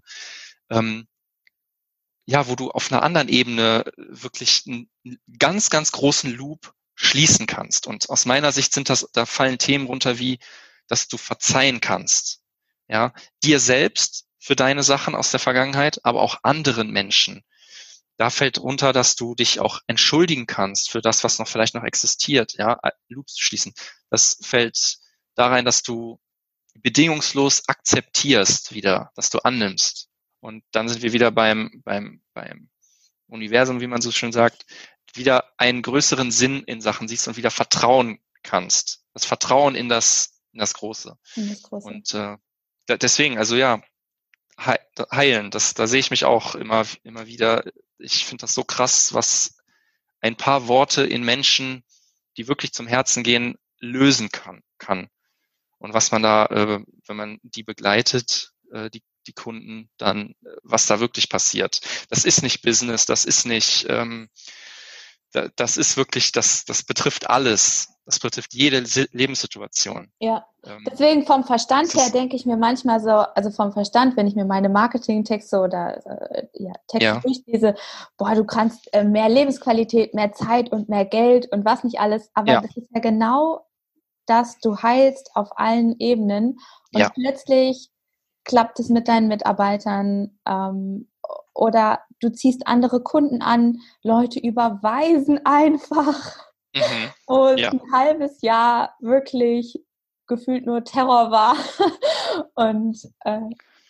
auf einer anderen Ebene wirklich einen ganz, ganz großen Loop schließen kannst. Und aus meiner Sicht da fallen Themen runter wie, dass du verzeihen kannst. Dir selbst für deine Sachen aus der Vergangenheit, aber auch anderen Menschen. Da fällt runter, dass du dich auch entschuldigen kannst für das, was vielleicht noch existiert, Loops zu schließen. Das fällt da rein, dass du bedingungslos akzeptierst wieder, dass du annimmst. Und dann sind wir wieder beim Universum, wie man so schön sagt, wieder einen größeren Sinn in Sachen siehst und wieder vertrauen kannst. Das Vertrauen in das Große. Und deswegen, also heilen, da sehe ich mich auch immer wieder. Ich finde das so krass, was ein paar Worte in Menschen, die wirklich zum Herzen gehen, lösen kann. Und was man da, wenn man die begleitet, die Kunden, dann, was da wirklich passiert. Das ist nicht Business, das ist nicht, das ist wirklich, das betrifft alles. Das betrifft jede Lebenssituation. Ja, deswegen vom Verstand her denke ich mir manchmal so, also vom Verstand, wenn ich mir meine Marketingtexte oder Texte durchlese, du kannst mehr Lebensqualität, mehr Zeit und mehr Geld und was nicht alles, aber das ist ja genau das, du heilst auf allen Ebenen und plötzlich klappt es mit deinen Mitarbeitern oder du ziehst andere Kunden an, Leute überweisen einfach. Und ein halbes Jahr wirklich gefühlt nur Terror war. Und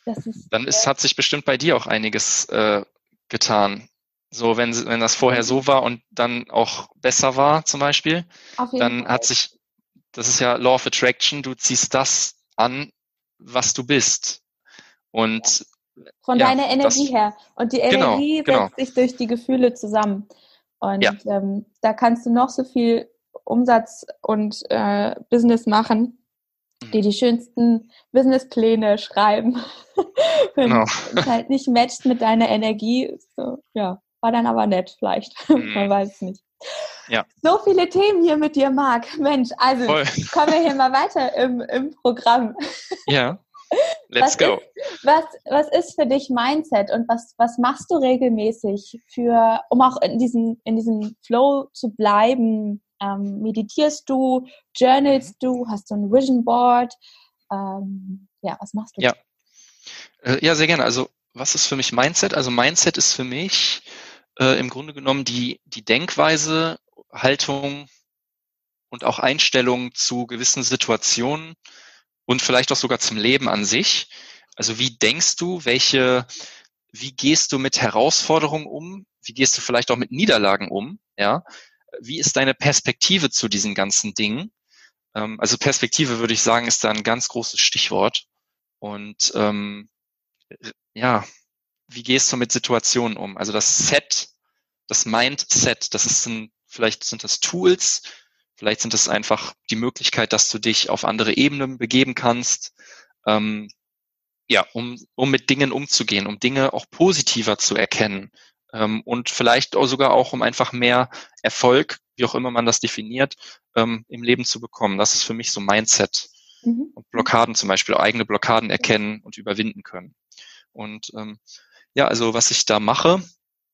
hat sich bestimmt bei dir auch einiges getan. So, wenn das vorher so war und dann auch besser war, zum Beispiel, auf jeden dann Fall. das ist ja Law of Attraction, du ziehst das an, was du bist. Und Von ja, deiner Energie her. Und die genau. Energie setzt sich durch die Gefühle zusammen. Ja. Und da kannst du noch so viel Umsatz und Business machen, die schönsten Businesspläne schreiben. Wenn Genau. es halt nicht matcht mit deiner Energie, so, ja, war dann aber nett vielleicht. Man weiß es nicht. Ja. So viele Themen hier mit dir, Marc. Mensch, also kommen wir hier mal weiter im Programm. Ja. Let's go. Was ist für dich Mindset und was machst du regelmäßig um auch in diesem Flow zu bleiben? Meditierst du, journalst du, hast du ein Vision Board? Was machst du? Ja. Ja, sehr gerne. Also, was ist für mich Mindset? Also, Mindset ist für mich im Grunde genommen die Denkweise, Haltung und auch Einstellung zu gewissen Situationen und vielleicht auch sogar zum Leben an sich. Also, wie denkst du, wie gehst du mit Herausforderungen um? Wie gehst du vielleicht auch mit Niederlagen um? Ja. Wie ist deine Perspektive zu diesen ganzen Dingen? Also Perspektive, würde ich sagen, ist da ein ganz großes Stichwort. Und ja, wie gehst du mit Situationen um? Also das Mindset, vielleicht sind das Tools, vielleicht sind es einfach die Möglichkeit, dass du dich auf andere Ebenen begeben kannst, um mit Dingen umzugehen, um Dinge auch positiver zu erkennen, und vielleicht auch sogar auch, um einfach mehr Erfolg, wie auch immer man das definiert, im Leben zu bekommen. Das ist für mich so Mindset. Und Blockaden zum Beispiel, eigene Blockaden erkennen und überwinden können. Und also was ich da mache,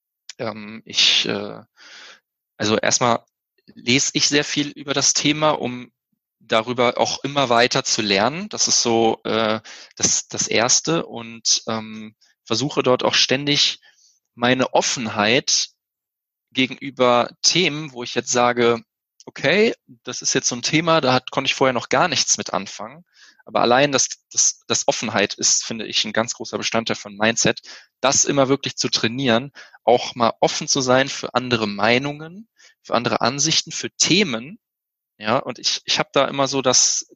also erstmal lese ich sehr viel über das Thema, um darüber auch immer weiter zu lernen. Das ist so das Erste, und versuche dort auch ständig meine Offenheit gegenüber Themen, wo ich jetzt sage, okay, das ist jetzt so ein Thema, konnte ich vorher noch gar nichts mit anfangen. Aber allein das Offenheit ist, finde ich, ein ganz großer Bestandteil von Mindset, das immer wirklich zu trainieren, auch mal offen zu sein für andere Meinungen, für andere Ansichten, für Themen. Ja, und ich habe da immer so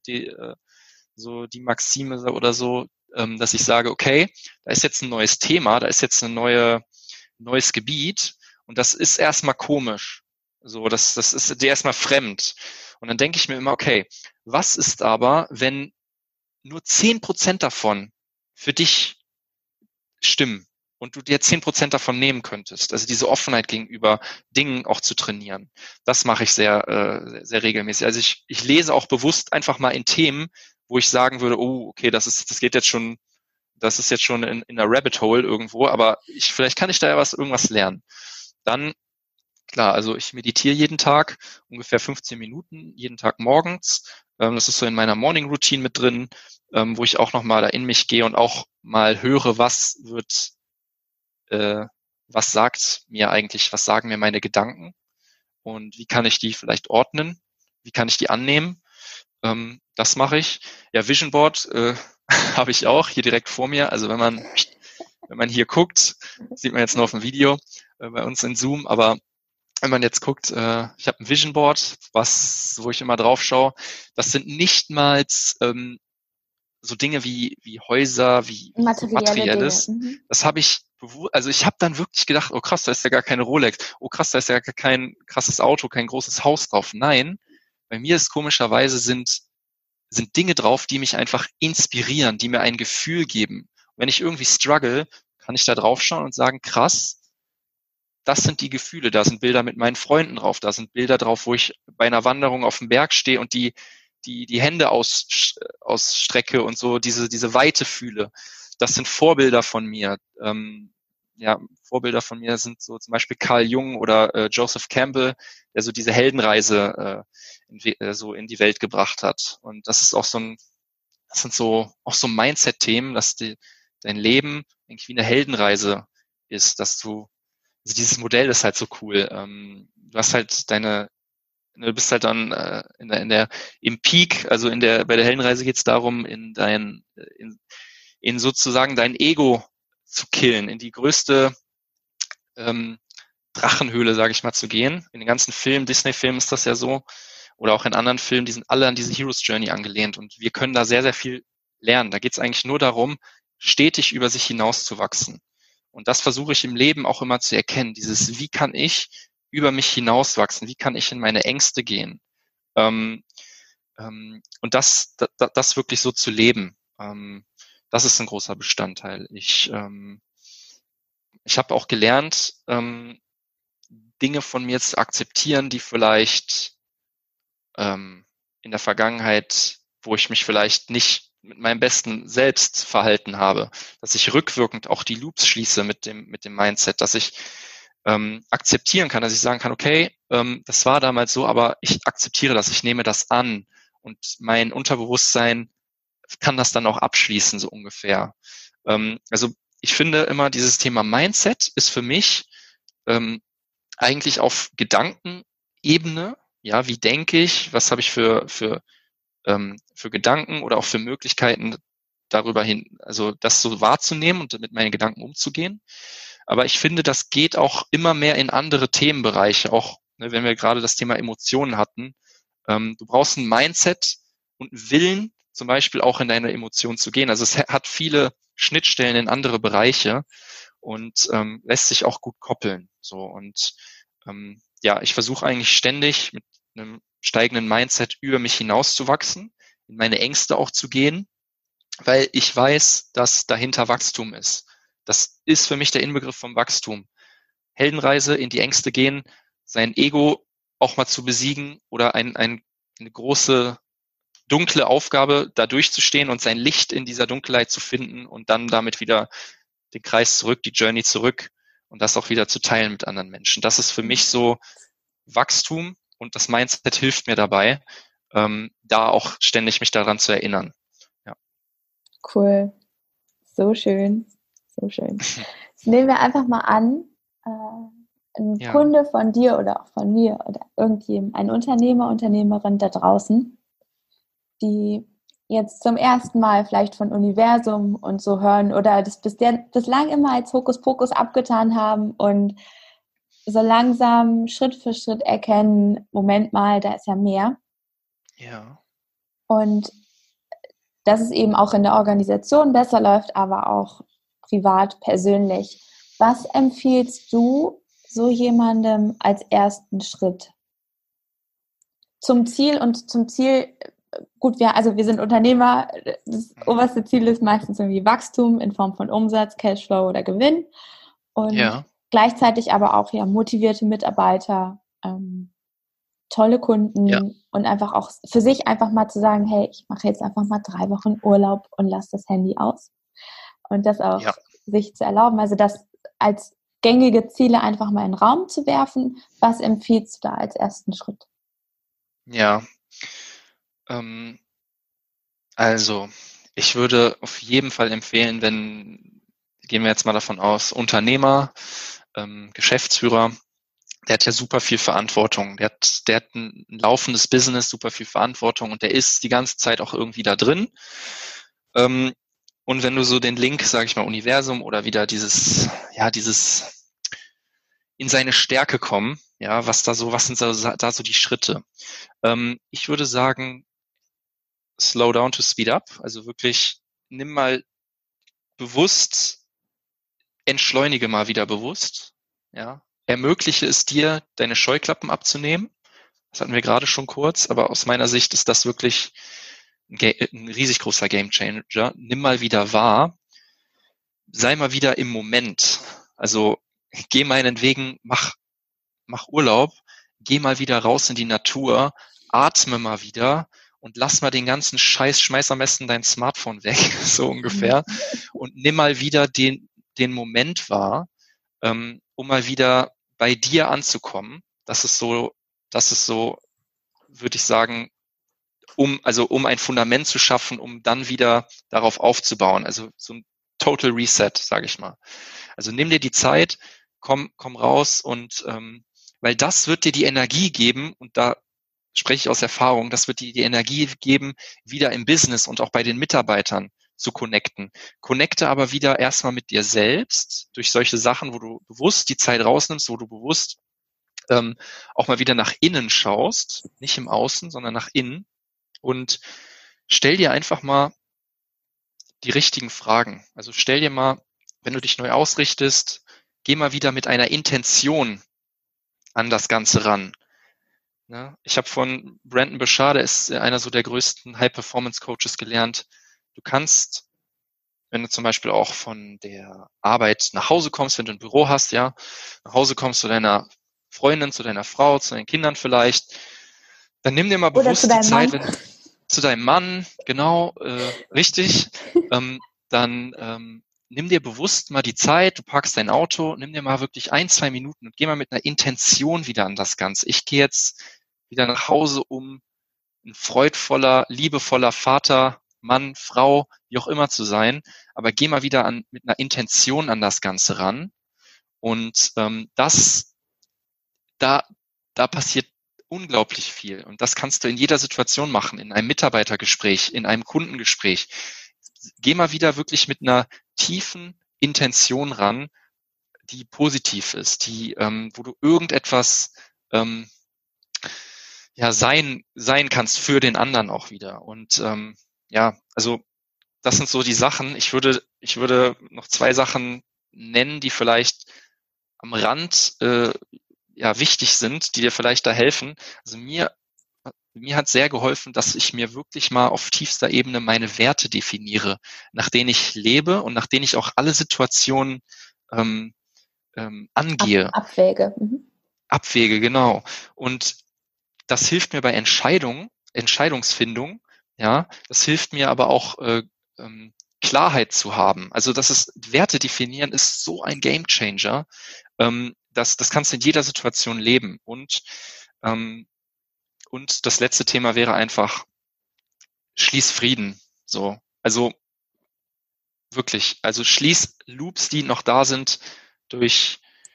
die Maxime oder so, dass ich sage, okay, da ist jetzt ein neues Thema, da ist jetzt ein neues Gebiet, und das ist erstmal komisch. So, das ist dir erstmal fremd. Und dann denke ich mir immer, okay, was ist aber, wenn nur 10% davon für dich stimmen und du dir 10% davon nehmen könntest? Also diese Offenheit gegenüber Dingen auch zu trainieren. Das mache ich sehr, sehr regelmäßig. Also ich lese auch bewusst einfach mal in Themen, wo ich sagen würde, oh, okay, das ist jetzt schon in einer Rabbit Hole irgendwo, aber vielleicht kann ich da ja irgendwas lernen. Dann, klar, also ich meditiere jeden Tag, ungefähr 15 Minuten, jeden Tag morgens. Das ist so in meiner Morning Routine mit drin, wo ich auch nochmal da in mich gehe und auch mal höre, was sagen mir meine Gedanken und wie kann ich die vielleicht ordnen, wie kann ich die annehmen. Das mache ich. Ja, Vision Board habe ich auch hier direkt vor mir. Also wenn man hier guckt, sieht man jetzt nur auf dem Video bei uns in Zoom, aber wenn man jetzt guckt, ich habe ein Vision Board, wo ich immer drauf schaue. Das sind nicht mal so Dinge wie Häuser, wie so Materielles. Das habe ich also ich habe dann wirklich gedacht, oh krass, da ist ja gar keine Rolex. Oh krass, da ist ja gar kein krasses Auto, kein großes Haus drauf. Nein, bei mir ist komischerweise sind Dinge drauf, die mich einfach inspirieren, die mir ein Gefühl geben. Wenn ich irgendwie struggle, kann ich da drauf schauen und sagen, krass, das sind die Gefühle, da sind Bilder mit meinen Freunden drauf, da sind Bilder drauf, wo ich bei einer Wanderung auf dem Berg stehe und die Hände ausstrecke und so diese Weite fühle. Das sind Vorbilder von mir. Vorbilder von mir sind so zum Beispiel Carl Jung oder Joseph Campbell, der so diese Heldenreise so in die Welt gebracht hat. Und das ist auch das sind auch so Mindset-Themen, dass dein Leben irgendwie wie eine Heldenreise ist, also dieses Modell ist halt so cool. Du hast halt du bist halt dann im Peak, also bei der Heldenreise geht es darum, in in sozusagen dein Ego zu killen, in die größte Drachenhöhle, sage ich mal, zu gehen. In den ganzen Filmen, Disney-Filmen ist das ja so, oder auch in anderen Filmen, die sind alle an diese Hero's Journey angelehnt und wir können da sehr, sehr viel lernen. Da geht es eigentlich nur darum, stetig über sich hinauszuwachsen. Und das versuche ich im Leben auch immer zu erkennen, dieses, wie kann ich über mich hinauswachsen, wie kann ich in meine Ängste gehen und das wirklich so zu leben. Das ist ein großer Bestandteil. Ich habe auch gelernt, Dinge von mir zu akzeptieren, die vielleicht in der Vergangenheit, wo ich mich vielleicht nicht mit meinem besten Selbst verhalten habe, dass ich rückwirkend auch die Loops schließe mit dem Mindset, dass ich akzeptieren kann, dass ich sagen kann, okay, das war damals so, aber ich akzeptiere das, ich nehme das an und mein Unterbewusstsein kann das dann auch abschließen, so ungefähr. Also ich finde immer, dieses Thema Mindset ist für mich eigentlich auf Gedankenebene, ja, wie denke ich, was habe ich für Gedanken oder auch für Möglichkeiten darüber hin, also das so wahrzunehmen und mit meinen Gedanken umzugehen. Aber ich finde, das geht auch immer mehr in andere Themenbereiche, auch ne, wenn wir gerade das Thema Emotionen hatten. Du brauchst ein Mindset und einen Willen, zum Beispiel auch in deine Emotionen zu gehen. Also es hat viele Schnittstellen in andere Bereiche und lässt sich auch gut koppeln. So und ja, ich versuche eigentlich ständig mit einem steigenden Mindset über mich hinauszuwachsen, in meine Ängste auch zu gehen, weil ich weiß, dass dahinter Wachstum ist. Das ist für mich der Inbegriff vom Wachstum. Heldenreise, in die Ängste gehen, sein Ego auch mal zu besiegen oder eine große dunkle Aufgabe da durchzustehen und sein Licht in dieser Dunkelheit zu finden und dann damit wieder den Kreis zurück, die Journey zurück und das auch wieder zu teilen mit anderen Menschen. Das ist für mich so Wachstum und das Mindset hilft mir dabei, da auch ständig mich daran zu erinnern. Ja. Cool. So schön. So schön. Jetzt nehmen wir einfach mal an, ein Kunde von dir oder auch von mir oder irgendjemand, ein Unternehmer, Unternehmerin da draußen, die jetzt zum ersten Mal vielleicht von Universum und so hören oder das bislang immer als Hokuspokus abgetan haben und so langsam Schritt für Schritt erkennen, Moment mal, da ist ja mehr. Ja. Und dass es eben auch in der Organisation besser läuft, aber auch privat, persönlich. Was empfiehlst du so jemandem als ersten Schritt? Zum Ziel, gut, wir sind Unternehmer, das oberste Ziel ist meistens irgendwie Wachstum in Form von Umsatz, Cashflow oder Gewinn und gleichzeitig aber auch ja motivierte Mitarbeiter, tolle Kunden und einfach auch für sich einfach mal zu sagen, hey, ich mache jetzt einfach mal 3 Wochen Urlaub und lasse das Handy aus und das auch sich zu erlauben, also das als gängige Ziele einfach mal in den Raum zu werfen. Was empfiehlst du da als ersten Schritt? Ja, also ich würde auf jeden Fall empfehlen, gehen wir jetzt mal davon aus, Unternehmer, Geschäftsführer, der hat ja super viel Verantwortung. Der hat ein laufendes Business, super viel Verantwortung und der ist die ganze Zeit auch irgendwie da drin. Und wenn du so den Link, sage ich mal, Universum oder wieder dieses in seine Stärke kommen, ja, was sind da so die Schritte? Ich würde sagen, slow down to speed up, also wirklich nimm mal bewusst, entschleunige mal wieder bewusst, ja, ermögliche es dir, deine Scheuklappen abzunehmen. Das hatten wir gerade schon kurz, aber aus meiner Sicht ist das wirklich ein riesig großer Gamechanger. Nimm mal wieder wahr, sei mal wieder im Moment. Also geh meinetwegen, mach Urlaub, geh mal wieder raus in die Natur, atme mal wieder und lass mal den ganzen Scheiß, schmeiß am besten dein Smartphone weg, so ungefähr, und nimm mal wieder den Moment wahr, um mal wieder bei dir anzukommen. Das ist so, würde ich sagen, um ein Fundament zu schaffen, um dann wieder darauf aufzubauen. Also so ein Total Reset, sage ich mal. Also nimm dir die Zeit, komm raus und weil das wird dir die Energie geben und da spreche ich aus Erfahrung, das wird dir die Energie geben, wieder im Business und auch bei den Mitarbeitern zu connecten. Connecte aber wieder erstmal mit dir selbst durch solche Sachen, wo du bewusst die Zeit rausnimmst, wo du bewusst auch mal wieder nach innen schaust, nicht im Außen, sondern nach innen, und stell dir einfach mal die richtigen Fragen. Also stell dir mal, wenn du dich neu ausrichtest, geh mal wieder mit einer Intention an das Ganze ran. Ja, ich habe von Brandon Burchard, der ist einer so der größten High-Performance-Coaches, gelernt, du kannst, wenn du zum Beispiel auch von der Arbeit nach Hause kommst, wenn du ein Büro hast, ja, nach Hause kommst zu deiner Freundin, zu deiner Frau, zu deinen Kindern vielleicht, dann nimm dir mal bewusst die Zeit, wenn zu deinem Mann, genau, richtig, dann nimm dir bewusst mal die Zeit, du parkst dein Auto, nimm dir mal wirklich 1-2 Minuten und geh mal mit einer Intention wieder an das Ganze. Ich gehe jetzt wieder nach Hause, um ein freudvoller, liebevoller Vater, Mann, Frau, wie auch immer zu sein, aber geh mal wieder mit einer Intention an das Ganze ran, und da passiert unglaublich viel, und das kannst du in jeder Situation machen, in einem Mitarbeitergespräch, in einem Kundengespräch. Geh mal wieder wirklich mit einer tiefen Intention ran, die positiv ist, wo du irgendetwas sein kannst für den anderen auch wieder. Und also das sind so die Sachen. Ich würde noch 2 Sachen nennen, die vielleicht am Rand wichtig sind, die dir vielleicht da helfen. Also mir hat sehr geholfen, dass ich mir wirklich mal auf tiefster Ebene meine Werte definiere, nach denen ich lebe und nach denen ich auch alle Situationen angehe. Abwäge. Abwäge, genau. Und das hilft mir bei Entscheidungsfindung. Ja, das hilft mir aber auch Klarheit zu haben. Also Werte definieren ist so ein Gamechanger. Das kannst du in jeder Situation leben. Und das letzte Thema wäre einfach, schließ Frieden. So, also wirklich, also schließ Loops, die noch da sind, durch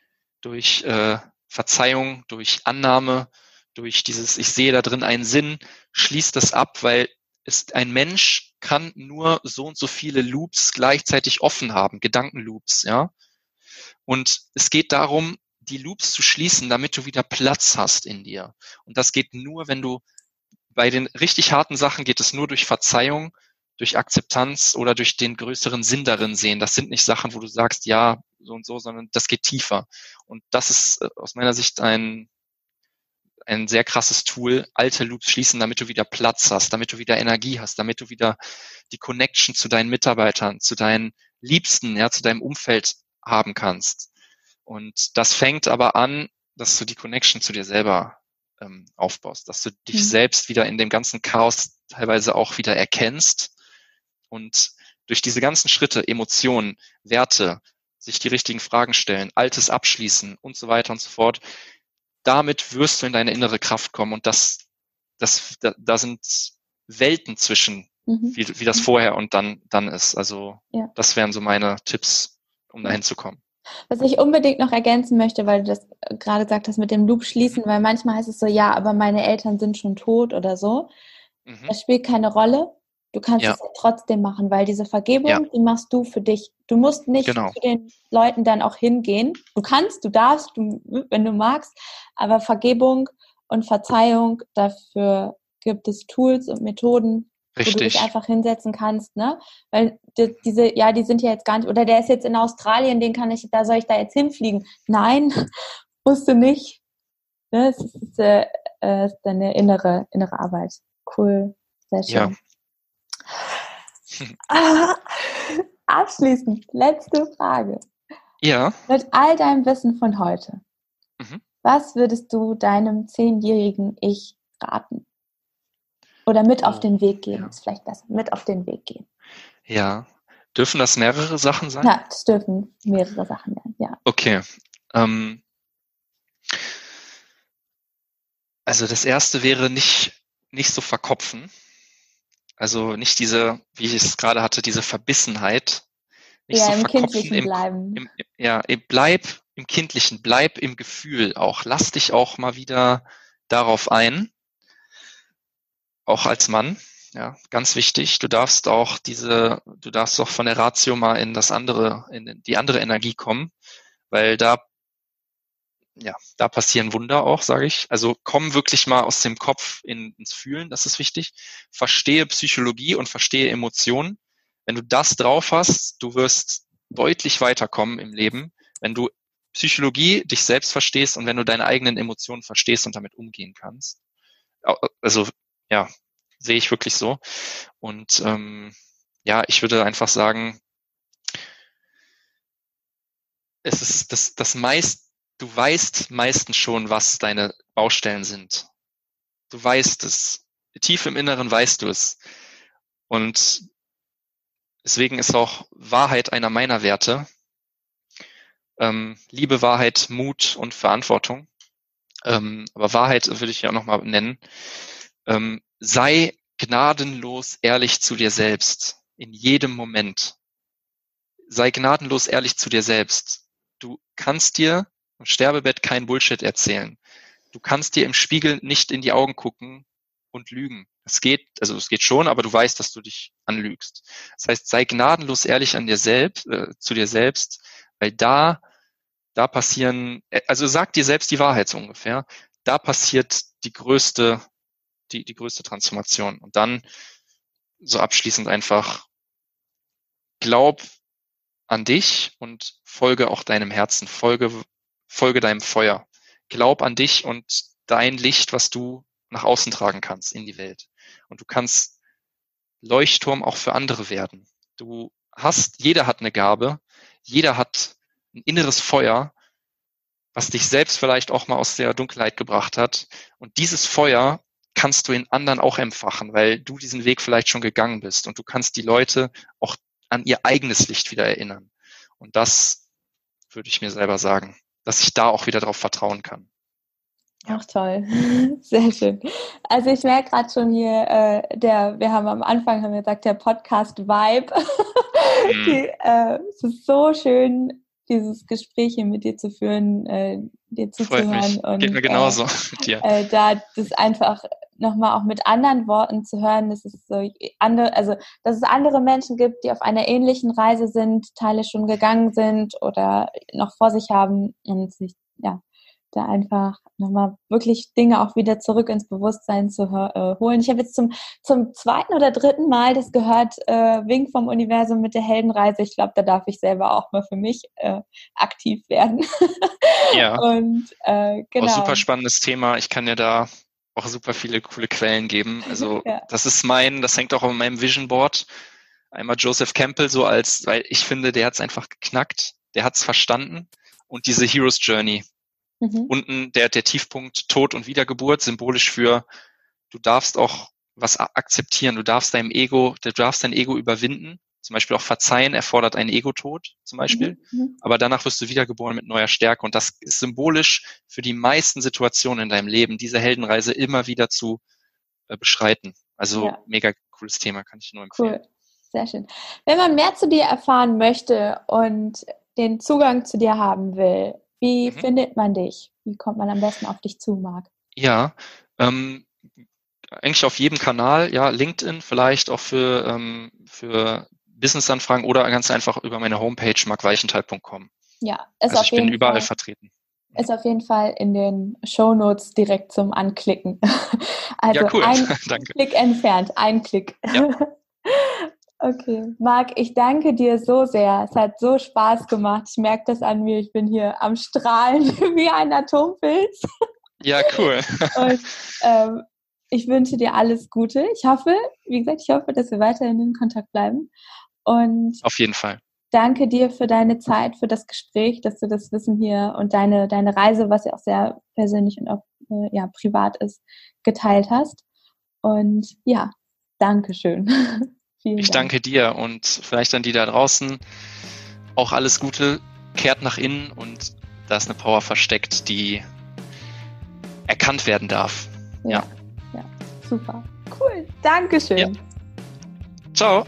Verzeihung, durch Annahme, durch dieses, ich sehe da drin einen Sinn, schließ das ab, weil ein Mensch kann nur so und so viele Loops gleichzeitig offen haben, Gedankenloops, ja. Und es geht darum, die Loops zu schließen, damit du wieder Platz hast in dir. Und das geht nur, wenn du bei den richtig harten Sachen geht es nur durch Verzeihung, durch Akzeptanz oder durch den größeren Sinn darin sehen. Das sind nicht Sachen, wo du sagst, ja, so und so, sondern das geht tiefer. Und das ist aus meiner Sicht ein sehr krasses Tool, alte Loops schließen, damit du wieder Platz hast, damit du wieder Energie hast, damit du wieder die Connection zu deinen Mitarbeitern, zu deinen Liebsten, ja, zu deinem Umfeld haben kannst. Und das fängt aber an, dass du die Connection zu dir selber aufbaust, dass du dich selbst wieder in dem ganzen Chaos teilweise auch wieder erkennst und durch diese ganzen Schritte, Emotionen, Werte, sich die richtigen Fragen stellen, Altes abschließen und so weiter und so fort, damit wirst du in deine innere Kraft kommen, und da sind Welten zwischen, wie das vorher und dann ist. Also das wären so meine Tipps, um dahin zu kommen. Was ich unbedingt noch ergänzen möchte, weil du das gerade gesagt hast mit dem Loop schließen, weil manchmal heißt es so, ja, aber meine Eltern sind schon tot oder so. Das spielt keine Rolle. Du kannst es ja trotzdem machen, weil diese Vergebung, die machst du für dich. Du musst nicht zu den Leuten dann auch hingehen. Du kannst, du darfst, wenn du magst, aber Vergebung und Verzeihung, dafür gibt es Tools und Methoden, wo du dich einfach hinsetzen kannst, ne? Weil die sind ja jetzt gar nicht, oder der ist jetzt in Australien, soll ich da jetzt hinfliegen? Nein, musst du nicht. Ne? Es ist deine innere Arbeit. Cool, sehr schön. Ja. Abschließend, letzte Frage. Ja. Mit all deinem Wissen von heute, was würdest du deinem 10-jährigen Ich raten? Oder mit auf den Weg gehen, ist vielleicht besser. Mit auf den Weg gehen. Ja. Dürfen das mehrere Sachen sein? Ja, das dürfen mehrere Sachen sein, ja. Okay. Also das erste wäre nicht so verkopfen. Also nicht diese, wie ich es gerade hatte, diese Verbissenheit. Nicht so im verkopfen. Kindlichen bleiben. Bleib im Kindlichen, bleib im Gefühl auch. Lass dich auch mal wieder darauf ein. Auch als Mann. Ja, ganz wichtig. Du darfst auch von der Ratio mal in die andere Energie kommen, weil da passieren Wunder auch, sage ich. Also komm wirklich mal aus dem Kopf ins Fühlen, das ist wichtig. Verstehe Psychologie und verstehe Emotionen. Wenn du das drauf hast, du wirst deutlich weiterkommen im Leben, wenn du Psychologie, dich selbst verstehst und wenn du deine eigenen Emotionen verstehst und damit umgehen kannst. Also, ja, sehe ich wirklich so. Und ich würde einfach sagen, es ist du weißt meistens schon, was deine Baustellen sind. Du weißt es. Tief im Inneren weißt du es. Und deswegen ist auch Wahrheit einer meiner Werte. Liebe, Wahrheit, Mut und Verantwortung. Aber Wahrheit würde ich ja auch nochmal nennen. Sei gnadenlos ehrlich zu dir selbst. In jedem Moment. Sei gnadenlos ehrlich zu dir selbst. Du kannst dir im Sterbebett kein Bullshit erzählen. Du kannst dir im Spiegel nicht in die Augen gucken und lügen. Es geht schon, aber du weißt, dass du dich anlügst. Das heißt, sei gnadenlos ehrlich zu dir selbst, weil da passieren, also sag dir selbst die Wahrheit so ungefähr, da passiert die größte Transformation. Und dann so abschließend einfach, glaub an dich und folge auch deinem Herzen, folge deinem Feuer. Glaub an dich und dein Licht, was du nach außen tragen kannst in die Welt. Und du kannst Leuchtturm auch für andere werden. Jeder hat eine Gabe, jeder hat ein inneres Feuer, was dich selbst vielleicht auch mal aus der Dunkelheit gebracht hat. Und dieses Feuer kannst du in anderen auch entfachen, weil du diesen Weg vielleicht schon gegangen bist. Und du kannst die Leute auch an ihr eigenes Licht wieder erinnern. Und das würde ich mir selber sagen, dass ich da auch wieder drauf vertrauen kann. Ach toll, sehr schön. Also ich merke gerade schon hier, wir haben am Anfang gesagt, der Podcast-Vibe. Es ist so schön, dieses Gespräch hier mit dir zu führen, dir zuzuhören. Und geht mir genauso mit dir. Da das einfach nochmal auch mit anderen Worten zu hören, dass es dass es andere Menschen gibt, die auf einer ähnlichen Reise sind, Teile schon gegangen sind oder noch vor sich haben und sich da einfach nochmal wirklich Dinge auch wieder zurück ins Bewusstsein zu holen. Ich habe jetzt zum zweiten oder dritten Mal das gehört, Wink vom Universum mit der Heldenreise. Ich glaube, da darf ich selber auch mal für mich aktiv werden. Ja, und genau. Auch super spannendes Thema. Ich kann dir da auch super viele coole Quellen geben. Also das hängt auch auf meinem Vision Board. Einmal Joseph Campbell weil ich finde, der hat es einfach geknackt. Der hat es verstanden. Und diese Hero's Journey. Unten der Tiefpunkt Tod und Wiedergeburt, symbolisch für, du darfst auch was akzeptieren, du darfst dein Ego überwinden, zum Beispiel auch verzeihen erfordert einen Ego-Tod zum Beispiel, aber danach wirst du wiedergeboren mit neuer Stärke und das ist symbolisch für die meisten Situationen in deinem Leben, diese Heldenreise immer wieder zu beschreiten. Also mega cooles Thema, kann ich nur empfehlen. Cool, sehr schön. Wenn man mehr zu dir erfahren möchte und den Zugang zu dir haben will, wie findet man dich? Wie kommt man am besten auf dich zu, Marc? Ja, eigentlich auf jedem Kanal, LinkedIn vielleicht auch für Businessanfragen oder ganz einfach über meine Homepage markweichenthal.com. Ja, ich bin überall vertreten. Ist auf jeden Fall in den Shownotes direkt zum Anklicken. Also cool. ein Danke. Klick entfernt, ein Klick. Ja. Okay, Marc, ich danke dir so sehr. Es hat so Spaß gemacht. Ich merke das an mir. Ich bin hier am Strahlen wie ein Atompilz. Ja, cool. Und ich wünsche dir alles Gute. Ich hoffe, dass wir weiterhin in Kontakt bleiben. Und auf jeden Fall. Danke dir für deine Zeit, für das Gespräch, dass du das Wissen hier und deine Reise, was ja auch sehr persönlich und auch privat ist, geteilt hast. Und Dankeschön. Ich danke dir und vielleicht an die da draußen auch alles Gute, kehrt nach innen und da ist eine Power versteckt, die erkannt werden darf. Ja, super. Cool, Dankeschön. Ja. Ciao.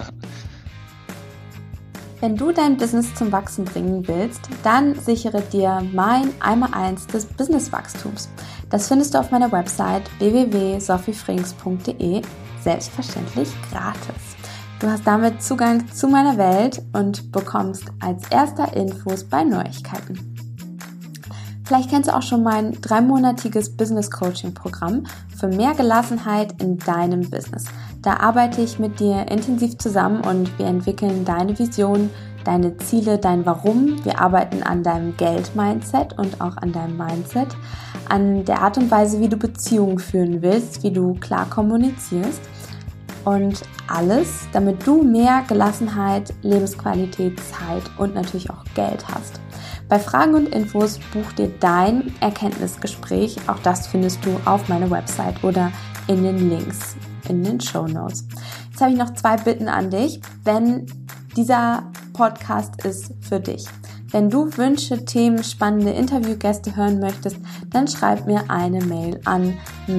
Wenn du dein Business zum Wachsen bringen willst, dann sichere dir mein 1x1 des Businesswachstums. Das findest du auf meiner Website www.sophiefrings.de. selbstverständlich gratis. Du hast damit Zugang zu meiner Welt und bekommst als erster Infos bei Neuigkeiten. Vielleicht kennst du auch schon mein 3-monatiges Business Coaching Programm für mehr Gelassenheit in deinem Business. Da arbeite ich mit dir intensiv zusammen und wir entwickeln deine Vision, deine Ziele, dein Warum. Wir arbeiten an deinem Geld-Mindset und auch an deinem Mindset, an der Art und Weise, wie du Beziehungen führen willst, wie du klar kommunizierst und alles, damit du mehr Gelassenheit, Lebensqualität, Zeit und natürlich auch Geld hast. Bei Fragen und Infos buch dir dein Erkenntnisgespräch. Auch das findest du auf meiner Website oder in den Links in den Shownotes. Jetzt habe ich noch 2 Bitten an dich, wenn dieser Podcast ist für dich. Wenn du Wünsche, Themen, spannende Interviewgäste hören möchtest, dann schreib mir eine Mail an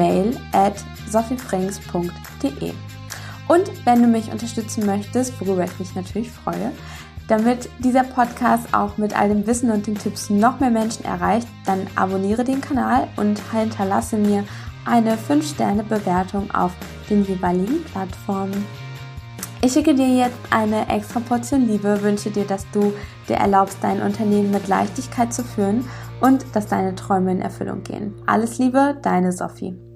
mail@sophiefrings.de. Und wenn du mich unterstützen möchtest, worüber ich mich natürlich freue, damit dieser Podcast auch mit all dem Wissen und den Tipps noch mehr Menschen erreicht, dann abonniere den Kanal und hinterlasse mir eine 5-Sterne-Bewertung auf den jeweiligen Plattformen. Ich schicke dir jetzt eine extra Portion Liebe, wünsche dir, dass du dir erlaubst, dein Unternehmen mit Leichtigkeit zu führen und dass deine Träume in Erfüllung gehen. Alles Liebe, deine Sophie.